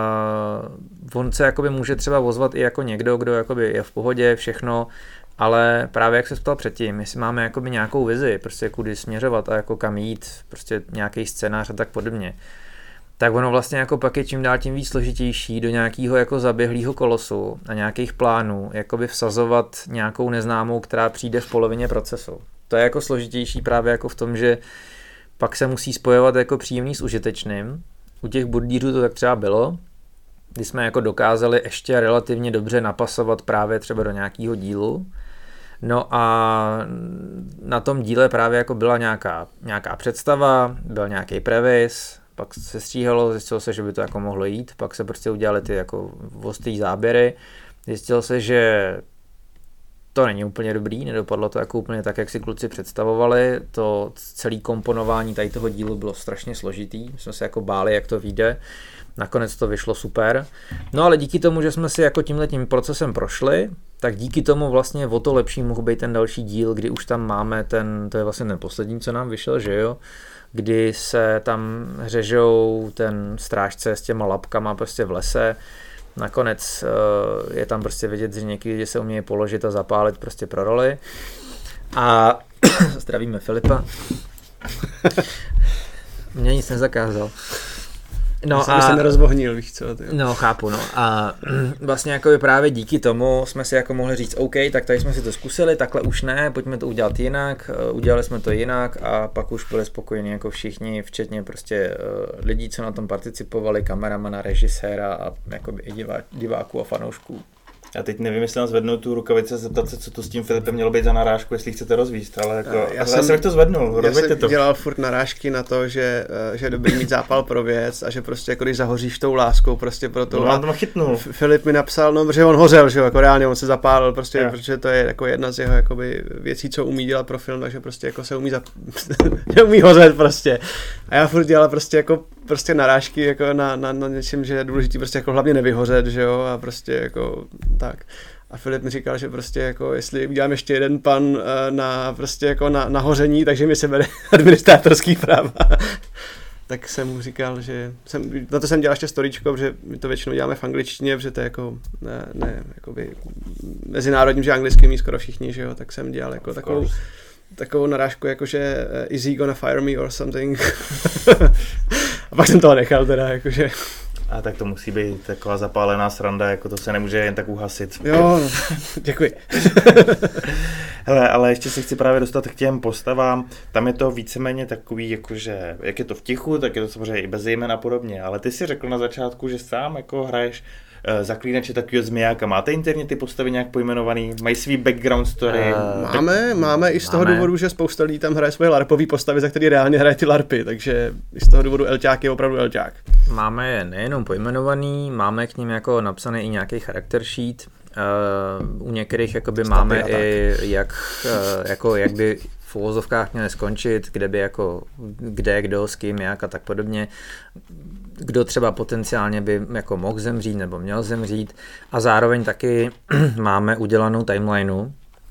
on se jakoby může třeba ozvat i jako někdo, kdo jakoby je v pohodě, všechno, ale právě jak se ptal předtím, jestli máme jakoby nějakou vizi, prostě kudy směřovat a jako kam jít, prostě nějaký scénář a tak podobně, tak ono vlastně jako pak je čím dál tím víc složitější do nějakého jako zaběhlého kolosu a nějakých plánů, jakoby vsazovat nějakou neznámou, která přijde v polovině procesu. To je jako složitější právě jako v tom, že pak se musí spojovat jako příjemný s užitečným. U těch burdířů to tak třeba bylo, kdy jsme jako dokázali ještě relativně dobře napasovat právě třeba do nějakého dílu. No a na tom díle právě jako byla nějaká představa, byl nějaký previs, pak se stříhalo, zjistilo se, že by to jako mohlo jít, pak se prostě udělali ty jako ostrý záběry, zjistilo se, že to není úplně dobrý, nedopadlo to jako úplně tak, jak si kluci představovali, to celé komponování tady toho dílu bylo strašně složitý, jsme se jako báli, jak to vyjde, nakonec to vyšlo super, no ale díky tomu, že jsme si jako tímhletím procesem prošli, tak díky tomu vlastně o to lepší mohl být ten další díl, kdy už tam máme to je vlastně ten poslední, co nám vyšel, že jo, kdy se tam řežou ten strážce s těma lapkama prostě v lese. Nakonec je tam prostě vidět, že někdy lidi se umějí položit a zapálit prostě pro roli. A zdravíme Filipa. Mě nic nezakázal. No a se nerozvohnil, víš co? Ty. No, chápu, no. A vlastně jako právě díky tomu jsme si jako mohli říct, OK, tak tady jsme si to zkusili, takhle už ne, pojďme to udělat jinak, udělali jsme to jinak a pak už byli spokojení jako všichni, včetně prostě lidí, co na tom participovali, kameramana, režiséra a jakoby i diváků a fanoušků. Já teď nevím, jestli nám zvednout tu rukavici a zeptat se, co to s tím Filipem mělo být za narážku, jestli chcete rozvíst, ale jako, já jsem to zvednul, rozveďte to. Já jsem dělal furt narážky na to, že je dobrý mít zápal pro věc a že prostě jako když zahoříš tou láskou prostě pro to. No, on to chytnul. Filip mi napsal, no, že on hořel, že jo, jako reálně on se zapálil, prostě, protože to je jako jedna z jeho jakoby věcí, co umí dělat pro film, takže prostě jako se umí neumí hořet prostě. A já furt dělal prostě jako narážky jako na něčem, že je důležitý prostě jako hlavně nevyhořet, že jo, a prostě jako tak. A Filip mi říkal, že prostě jako jestli udělám ještě jeden pan na prostě jako na hoření, takže mi se bere administrátorský práva. Tak jsem mu říkal, že na to jsem dělal ještě storíčko, že my to většinou děláme v angličtině, protože to je jako ne jakoby mezinárodním, že anglicky mí skoro všichni, že jo, tak jsem dělal jako takovou narážku, jakože is he gonna fire me or something. A pak jsem toho nechal teda, jakože. A tak to musí být taková zapálená sranda, jako to se nemůže jen tak uhasit. Jo, no, děkuji. Hele, ale ještě se chci právě dostat k těm postavám. Tam je to víceméně takový, jakože, jak je to v tichu, tak je to samozřejmě i bez jmen a podobně. Ale ty si řekl na začátku, že sám jako hraješ Zaklínače takového zmijáka. Máte interně ty postavy nějak pojmenovaný? Mají svý background story? Máme i z toho důvodu, že spousta lidí tam hraje svoje larpový postavy, za který reálně hraje ty larpy, takže i z toho důvodu Elťák je opravdu Elťák. Máme je nejenom pojmenovaný, máme k ním jako napsaný i nějaký character sheet. U některých jakoby máme i jak by v uvozovkách měli skončit, kde by jako kdo, s kým, jak a tak podobně. Kdo třeba potenciálně by jako mohl zemřít nebo měl zemřít a zároveň taky máme udělanou timelineu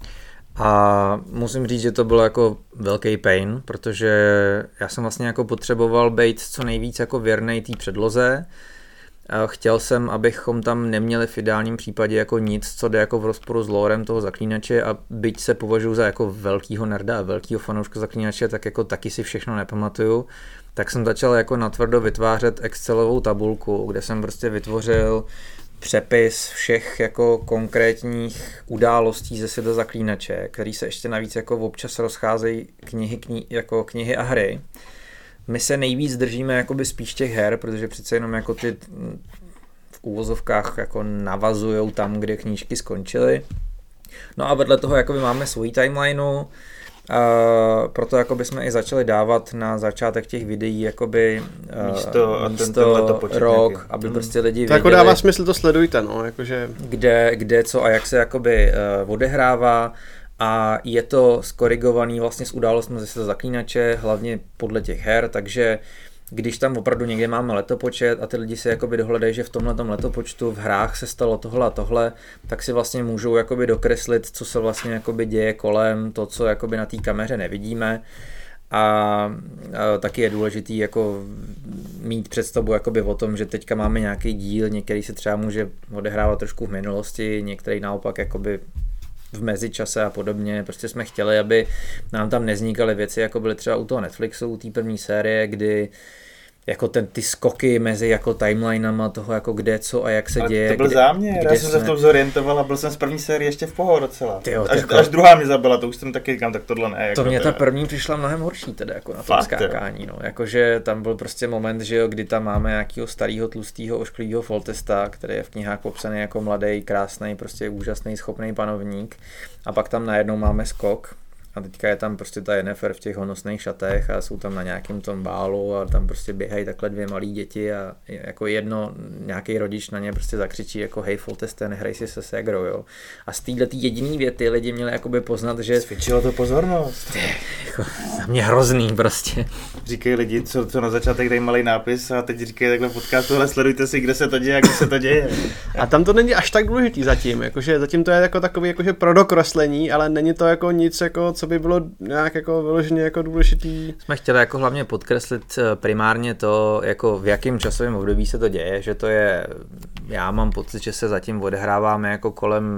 a musím říct, že to bylo jako velký pain, protože já jsem vlastně jako potřeboval být co nejvíc jako věrnej té předloze. Chtěl jsem, abychom tam neměli v ideálním případě jako nic, co jde jako v rozporu s lorem toho Zaklínače a byť se považuji za jako velkýho nerda a velkýho fanouška Zaklínače, tak jako taky si všechno nepamatuju. Tak jsem začal jako natvrdo vytvářet Excelovou tabulku, kde jsem prostě vytvořil přepis všech jako konkrétních událostí ze světa Zaklínače, který se ještě navíc jako občas rozcházejí knihy a hry. My se nejvíc držíme jakoby spíš těch her, protože přece jenom jako ty v úvozovkách jako navazujou tam, kde knížky skončily. No a vedle toho jakoby máme svoji timelineu, proto jakoby jsme i začali dávat na začátek těch videí jakoby místo rok, aby prostě lidi věděli. To jako dává smysl, to sledujte, no, jakože. Kde co a jak se jakoby odehrává. A je to skorigovaný vlastně s událostmi ze světa Zaklínače, hlavně podle těch her, takže když tam opravdu někde máme letopočet a ty lidi si jakoby dohledají, že v tomhletom letopočtu v hrách se stalo tohle a tohle, tak si vlastně můžou jakoby dokreslit, co se vlastně jakoby děje kolem, to, co jakoby na té kameře nevidíme. A taky je důležitý jako mít představu jakoby o tom, že teďka máme nějaký díl, některý se třeba může odehrávat trošku v minulosti, některý naopak jakoby v mezičase a podobně. Prostě jsme chtěli, aby nám tam nevznikaly věci, jako byly třeba u toho Netflixu, u té první série, kdy jako ty skoky mezi jako timelinama toho, jako kde, co a jak se děje. To byl záměr, já jsem se v tom zorientoval a byl jsem z první série ještě v pohodě docela. Tyjo, až druhá mě zabila, to už jsem taky říkám, tak tohle ne. Jako to mě ta první přišla mnohem horší teda, jako na tom skákání, no. Jakože tam byl prostě moment, že jo, kdy tam máme nějakého starého, tlustého, ošklivého Foltesta, který je v knihách popsaný jako mladý, krásný, prostě úžasný, schopný panovník. A pak tam najednou máme skok. A teďka je tam prostě ta Yennefer v těch honosných šatech a jsou tam na nějakém tom bálu a tam prostě běhají takhle dvě malí děti a jako nějaký rodič na ně prostě zakřičí jako hej Folteste, nehraj si se ségrou, jo. A z této jediný věty lidi měli jakoby poznat, že svědčilo to pozornost. Jako, za mě hrozný prostě. Říkají lidi, co na začátek dají malý nápis a teď říkají takhle v podcastu, hele, sledujte si, kde se to děje a kde se to děje. A tam to není až tak důležitý zatím, jakože zatím to je jako takový jakože prodokreslení, ale není to jako nic jako co by bylo nějak jako vyloženě jako důležitý. Jsme chtěli jako hlavně podkreslit primárně to, jako v jakém časovém období se to děje, že to je, já mám pocit, že se zatím odehráváme jako kolem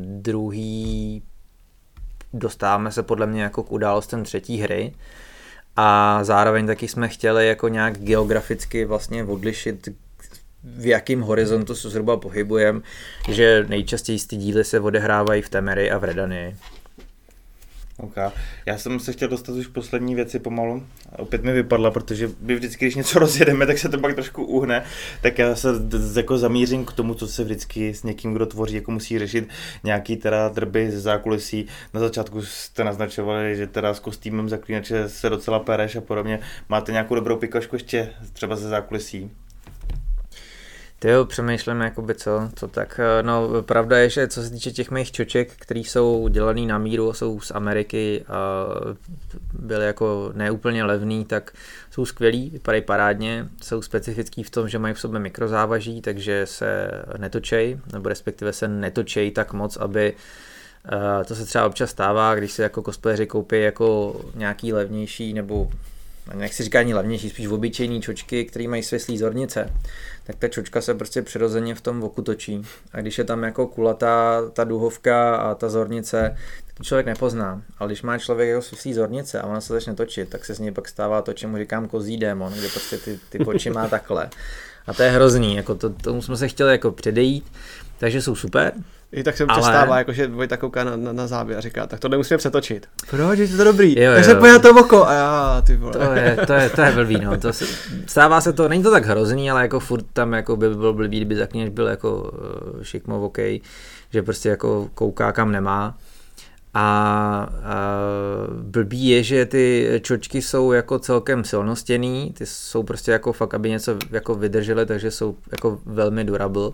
druhý, dostáváme se podle mě jako k událostem třetí hry a zároveň taky jsme chtěli jako nějak geograficky vlastně odlišit, v jakém horizontu se zhruba pohybujeme, že nejčastěji ty díly se odehrávají v Temerii a v Redanii. Okay. Já jsem se chtěl dostat už poslední věci pomalu. Opět mi vypadla, protože my vždycky, když něco rozjedeme, tak se to pak trošku uhne. Tak já se jako zamířím k tomu, co se vždycky s někým, kdo tvoří, jako musí řešit nějaký teda drby ze zákulisí. Na začátku jste naznačovali, že teda s kostýmem Zaklínače se docela pereš a podobně. Máte nějakou dobrou pikošku ještě třeba ze zákulisí? Tyjo, přemýšlím jakoby co tak, no pravda je, že co se týče těch mých čoček, který jsou dělaný na míru, jsou z Ameriky a byly jako neúplně levný, tak jsou skvělý, vypadají parádně, jsou specifický v tom, že mají v sobě mikrozávaží, takže se netočej, nebo respektive se netočej tak moc, aby to se třeba občas stává, když se jako cosplayeři koupí jako nějaký levnější nebo jak si říká ani levnější, spíš obyčejný čočky, které mají svislý zornice, tak ta čočka se prostě přirozeně v tom oku točí. A když je tam jako kulatá ta duhovka a ta zornice, tak to člověk nepozná. Ale když má člověk jako svislý zornice a ona se začne točit, tak se z něj pak stává to, čemu říkám kozí démon, kde prostě ty oči má takhle. A to je hrozný, jako tomu jsme se chtěli jako předejít, takže jsou super. I tak se přestává, jako že Vojta kouká na záběr a říká, tak to nemusíme přetočit. Proč, je to dobrý? Tak se pojď na to oko a já, ty vole. To je blbý, no. Stává se to, není to tak hrozný, ale jako furt tam jako by bylo blbý, kdyby Zaklínač byl jako šikmovokej, že prostě jako kouká kam nemá. A blbý je, že ty čočky jsou jako celkem silnostěný, ty jsou prostě jako fakt, aby něco jako vydržely, takže jsou jako velmi durable.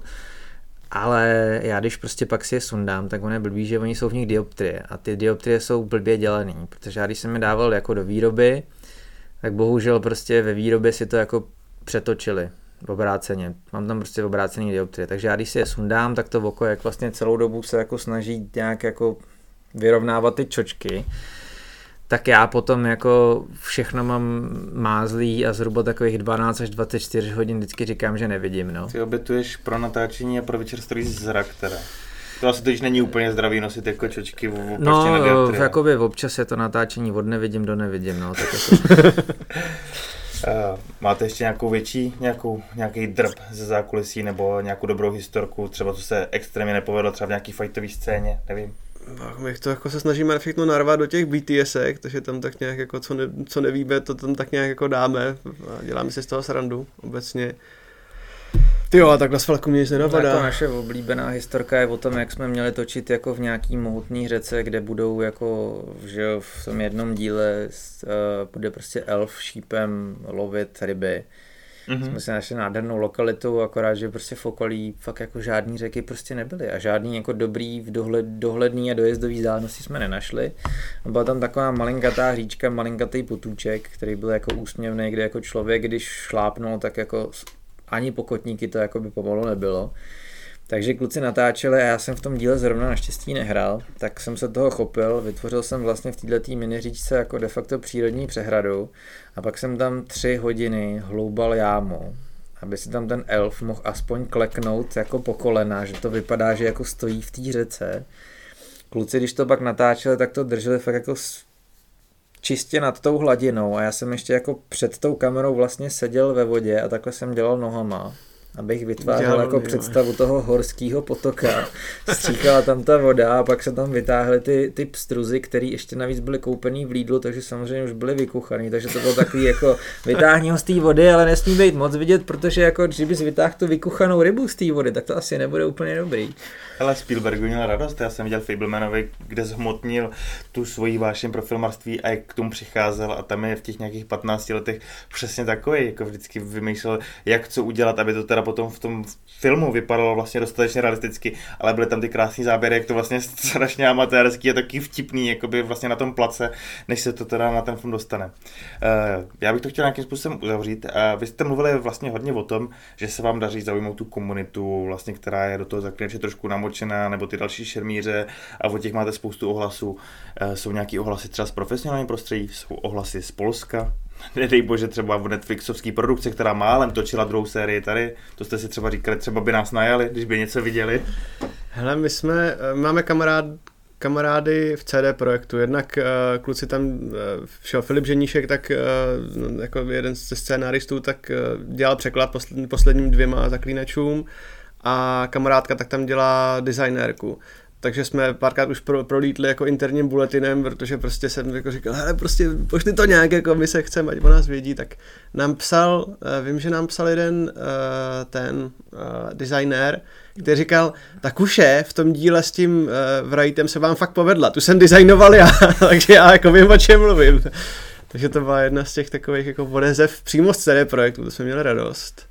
Ale já když prostě pak si je sundám, tak on je blbý, že oni jsou v nich dioptrie a ty dioptrie jsou blbě dělaný, protože já když jsem je dával jako do výroby, tak bohužel prostě ve výrobě si to jako přetočili obráceně. Mám tam prostě obrácený dioptrie, takže já když si je sundám, tak to oko jak vlastně celou dobu se jako snaží nějak jako vyrovnávat ty čočky. Tak já potom jako všechno mám mázlý a zhruba takových 12 až 24 hodin vždycky říkám, že nevidím, no. Ty obětuješ pro natáčení a pro Večer Stories zrak teda. To asi teď není úplně zdravý nosit jako čočky no, na dioptrie. No, jakoby občas je to natáčení od nevidím do nevidím, no. Tak jako... Máte ještě nějakou větší, nějaký drb ze zákulisí nebo nějakou dobrou historku, třeba co se extrémně nepovedlo, třeba v nějaký fightový scéně, nevím. My to jako se snažíme všechno narvat do těch BTSek, takže tam tak nějak jako co nevíme, to tam tak nějak jako dáme a děláme si z toho srandu obecně. Tyjo, a takhle s Falku mě nic nenapadá. Jako naše oblíbená historka je o tom, jak jsme měli točit jako v nějaký mohutný řece, kde budou jako, že v tom jednom díle bude prostě elf šípem lovit ryby. Mm-hmm. Jsme si našli nádhernou lokalitu, akorát, že prostě v okolí fakt jako žádný řeky prostě nebyly a žádný jako dobrý v dohledný a dojezdový vzdálenosti jsme nenašli. A byla tam taková malinkatá říčka, malinkatý potůček, který byl jako úsměvný, kde jako člověk, když šlápnul, tak jako ani pokotníky to jako by pomalu nebylo. Takže kluci natáčeli a já jsem v tom díle zrovna naštěstí nehrál, tak jsem se toho chopil, vytvořil jsem vlastně v této miniříčce jako de facto přírodní přehradu a pak jsem tam 3 hodiny hloubal jámu, aby si tam ten elf mohl aspoň kleknout jako po kolena, že to vypadá, že jako stojí v té řece. Kluci, když to pak natáčeli, tak to drželi fakt jako čistě nad tou hladinou a já jsem ještě jako před tou kamerou vlastně seděl ve vodě a takhle jsem dělal nohama. Abych vytvářel jako představu toho horského potoka. Stříkala tam ta voda a pak se tam vytáhly ty pstruzy, které ještě navíc byly koupený v Lidlu, takže samozřejmě už byly vykuchaný, takže to bylo takový jako vytáhni ho z té vody, ale nesmí být moc vidět, protože jako kdybys vytáhl tu vykuchanou rybu z té vody, tak to asi nebude úplně dobrý. Ale Spielberg měl radost, já jsem viděl Fablemanovi, kde zhmotnil tu svoji vášeň pro filmarství a jak k tomu přicházel a tam je v těch nějakých 15 letech přesně takový, jako vždycky vymýšlel, jak co udělat, aby to teda potom v tom filmu vypadalo vlastně dostatečně realisticky, ale byly tam ty krásný záběry, jak to vlastně strašně amatérský a taky vtipný, jakoby vlastně na tom place, než se to teda na ten film dostane. Já bych to chtěl nějakým způsobem uzavřít. Vy jste mluvili vlastně hodně o tom, že se vám daří zaujmout tu komunitu, vlastně, která je do toho Zaklínače trošku namočená, nebo ty další šermíře a od těch máte spoustu ohlasů. Jsou nějaký ohlasy třeba z profesionálního prostředí, jsou ohlasy z Polska, nedej bože třeba v Netflixovský produkce, která málem točila druhou sérii tady, to jste si třeba říkali, třeba by nás najali, když by něco viděli. Hele, my máme kamarády v CD Projektu. Jednak kluci tam, Filip Ženíšek, tak jako jeden ze scénáristů, tak dělal překlad posledním 2 Zaklínačům a kamarádka tak tam dělá designérku. Takže jsme párkrát už prolítli jako interním bulletinem, protože prostě jsem jako říkal, hele, prostě pošli to nějak, jako my se chceme, ať o nás vědí, tak nám psal, vím, že nám psal jeden ten designér, který říkal, tak už v tom díle s tím Wrightem se vám fakt povedla, tu jsem designoval já, takže já jako vím, o čem mluvím. Takže to byla jedna z těch takových jako odezev přímo z CD Projektu, to jsme měli radost.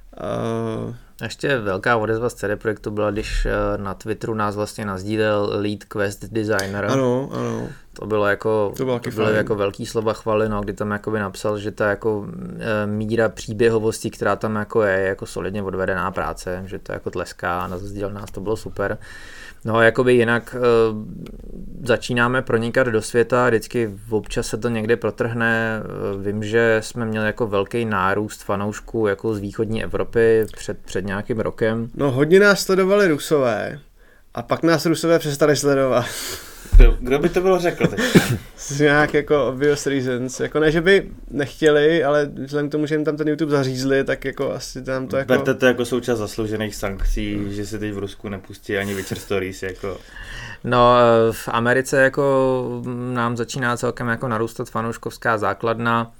Ještě velká odezva z CD Projektu byla, když na Twitteru nás vlastně nasdílel lead quest designer. Ano. To bylo jako, to bylo jako velký slova chvaly, no, kdy tam jakoby napsal, že ta jako míra příběhovosti, která tam jako je jako solidně odvedená práce, že to jako tleská a nasdílel nás, to bylo super. No a jakoby jinak začínáme pronikat do světa, vždycky občas se to někde protrhne. Vím, že jsme měli jako velký nárůst fanoušků jako z východní Evropy před nějakým rokem. No hodně nás sledovali Rusové a pak nás Rusové přestali sledovat. Kdo by to bylo řekl teď? Z nějak jako obvious reasons. Jako ne, že by nechtěli, ale vzhledem k tomu, že jim tam ten YouTube zařízli, tak jako asi tam to jako... Berte to jako součást zasloužených sankcí, že se teď v Rusku nepustí ani Witcher Stories, jako... No, v Americe jako nám začíná celkem jako narůstat fanouškovská základna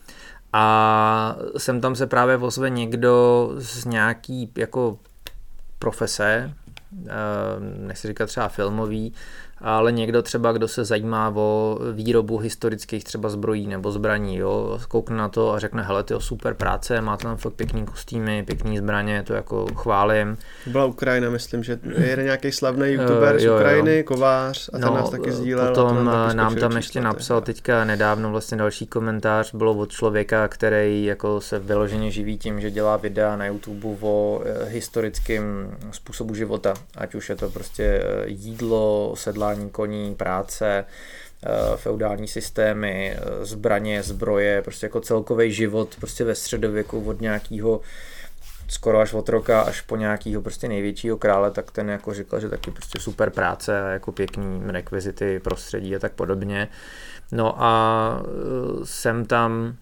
a sem tam se právě ozve někdo z nějaký jako profese, nechci říkat třeba filmový, ale někdo třeba, kdo se zajímá o výrobu historických třeba zbrojí nebo zbraní, jo, koukne na to a řekne, hele, tyjo, super práce, má tam fakt pěkný kostýmy, pěkný zbraně, to jako chválím. Byla Ukrajina, myslím, že je nějaký slavný youtuber z Ukrajiny, Kovář, a ten nás taky sdílel. Potom nám tam ještě napsal teďka nedávno vlastně další komentář, bylo od člověka, který jako se vyloženě živí tím, že dělá videa na YouTube o historickém způsobu života, ať už je to prostě jídlo, sedlání koní, práce, feudální systémy, zbraně, zbroje, prostě jako celkový život prostě ve středověku od nějakého skoro až otroka až po nějakého prostě největšího krále, tak ten jako říkal, že taky prostě super práce a jako pěkný rekvizity, prostředí a tak podobně. No a sem tam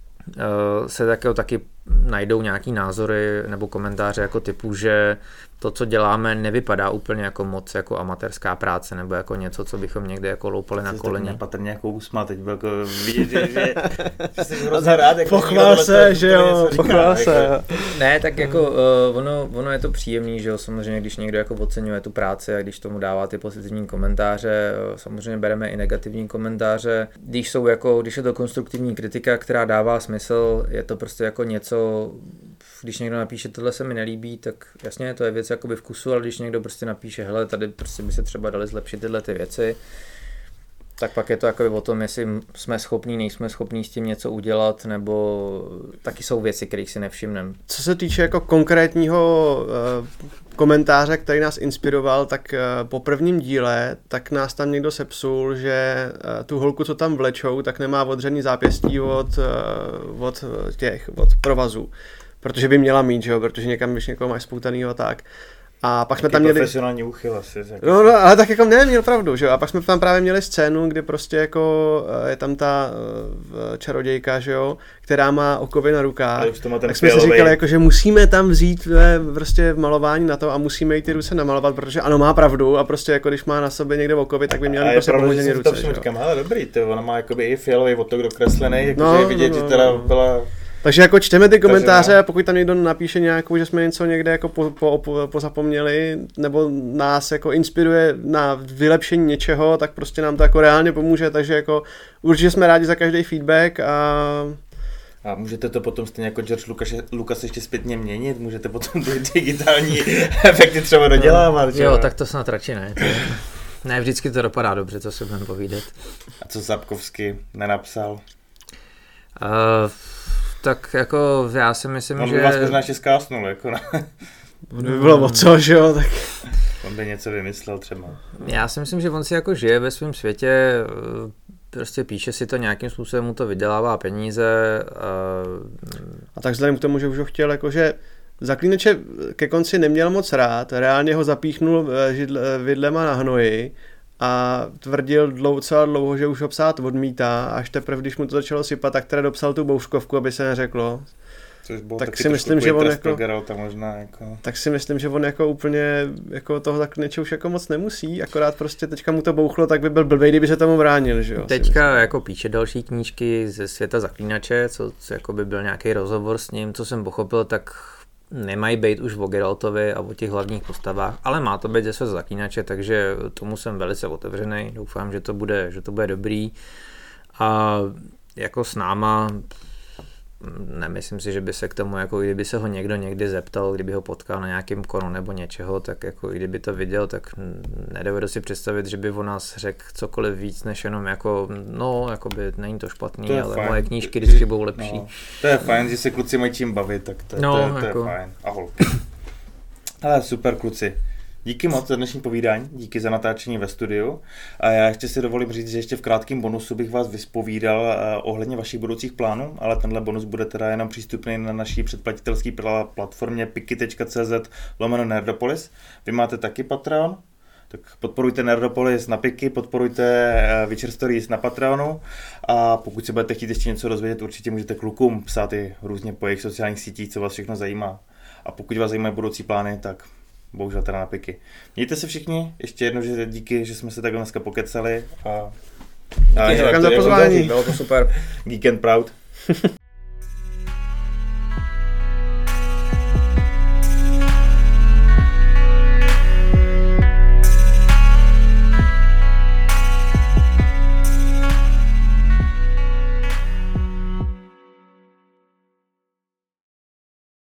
se taky najdou nějaký názory nebo komentáře jako typu, že to, co děláme, nevypadá úplně jako moc jako amatérská práce nebo jako něco, co bychom někde jako loupali na koleni. Nepatrně jako úsma, teď byl jako vidět, že jsi hrozně rád. Jako pochvál se, že jo, pochvál se. Ne, tak jako ono je to příjemný, že jo, samozřejmě, když někdo jako oceňuje tu práci a když tomu dává ty pozitivní komentáře, samozřejmě bereme i negativní komentáře. Když je to konstruktivní kritika, která dává smysl, je to prostě jako něco, když někdo napíše, tohle se mi nelíbí, tak jasně, to je věc jakoby vkusu, ale když někdo prostě napíše, hele, tady prostě by se třeba dali zlepšit tyhle ty věci, tak pak je to jakoby o tom, jestli jsme schopní, nejsme schopní s tím něco udělat, nebo taky jsou věci, kterých si nevšimneme. Co se týče jako konkrétního komentáře, který nás inspiroval, tak po prvním díle, tak nás tam někdo sepsul, že tu holku, co tam vlečou, tak nemá odřený zápěstí od provazů. Protože by měla mít, že jo, protože někam, když někoho máš spoutanýho a tak. A pak jsme tam měli... profesionální úchyl asi. No, ale tak jako měl pravdu, že jo. A pak jsme tam právě měli scénu, kdy prostě jako je tam ta čarodějka, že jo, která má okovy na rukách. Tak jsme si říkali, jako, že musíme tam vzít prostě malování na to a musíme jí ty ruce namalovat, protože ano, má pravdu a prostě jako když má na sobě někde okovy, tak by měl prostě pomožení ruce, že jo. Říkám, ale dobrý, to ona má jakoby i fialový otok dokreslený, jakože je vidět, že teda byla... Takže jako čteme ty komentáře a pokud tam někdo napíše nějakou, že jsme něco někde jako pozapomněli, nebo nás jako inspiruje na vylepšení něčeho, tak prostě nám to jako reálně pomůže, takže jako určitě jsme rádi za každý feedback a můžete to potom stejně jako George Lucas ještě zpětně měnit, můžete potom ty digitální efekty třeba dodělávat. Jo, tak to snad radši ne. Ne, vždycky to dopadá dobře, to si budeme povídat. A co Zapkovský nenapsal? Tak jako já si myslím, že... On by vás možná ještě zkásnul, jako ne? On by bylo o co, že jo, tak... On by něco vymyslel třeba. Já si myslím, že on si jako žije ve svém světě, prostě píše si to nějakým způsobem, mu to vydělává peníze. A tak vzhledem k tomu, že už ho chtěl, jakože Zaklínače ke konci neměl moc rád, reálně ho zapíchnul vidlema na hnoji a tvrdil docela dlouho, že už ho psát odmítá, až teprve, když mu to začalo sypat, tak teda dopsal tu bouškovku, aby se neřeklo. Což bylo tak si myslím, že on jako, možná jako... Tak si myslím, že on jako úplně jako toho tak něčeho už jako moc nemusí, akorát prostě teďka mu to bouchlo, tak by byl blbej, kdyby se tomu bránil, že jo. Teďka jako píše další knížky ze světa Zaklínače, co jako by byl nějaký rozhovor s ním, co jsem pochopil, tak nemají být už o Geraltovi a o těch hlavních postavách, ale má to být ze světa Zaklínače, takže tomu jsem velice otevřený, doufám, že to bude dobrý a jako s náma nemyslím si, že by se k tomu, jako kdyby se ho někdo někdy zeptal, kdyby ho potkal na nějakém konu nebo něčeho, tak jako kdyby to viděl, tak nedovedu si představit, že by o nás řekl cokoliv víc, než jenom jako, no, jakoby není to špatný, to ale fajn. Moje knížky vždycky budou lepší. No, to je fajn, že se kluci mají čím bavit, tak to jako... je fajn. A holky. Ale super kluci. Díky moc za dnešní povídání, díky za natáčení ve studiu. A já ještě si dovolím říct, že ještě v krátkém bonusu bych vás vyspovídal ohledně vašich budoucích plánů, ale tenhle bonus bude teda jenom přístupný na naší předplatitelské platformě piki.cz/Nerdopolis. Vy máte taky Patreon? Tak podporujte Nerdopolis na Piki, podporujte Witcher Stories na Patreonu a pokud se budete chtít ještě něco dozvědět, určitě můžete klukům psát i různě po jejich sociálních sítích, co vás všechno zajímá. A pokud vás zajímají budoucí plány, tak bohužel teda na Piki. Mějte se všichni, ještě jednou, že díky, že jsme se takhle dneska pokecali. Díky za pozvání. Bylo to super. Geek and proud.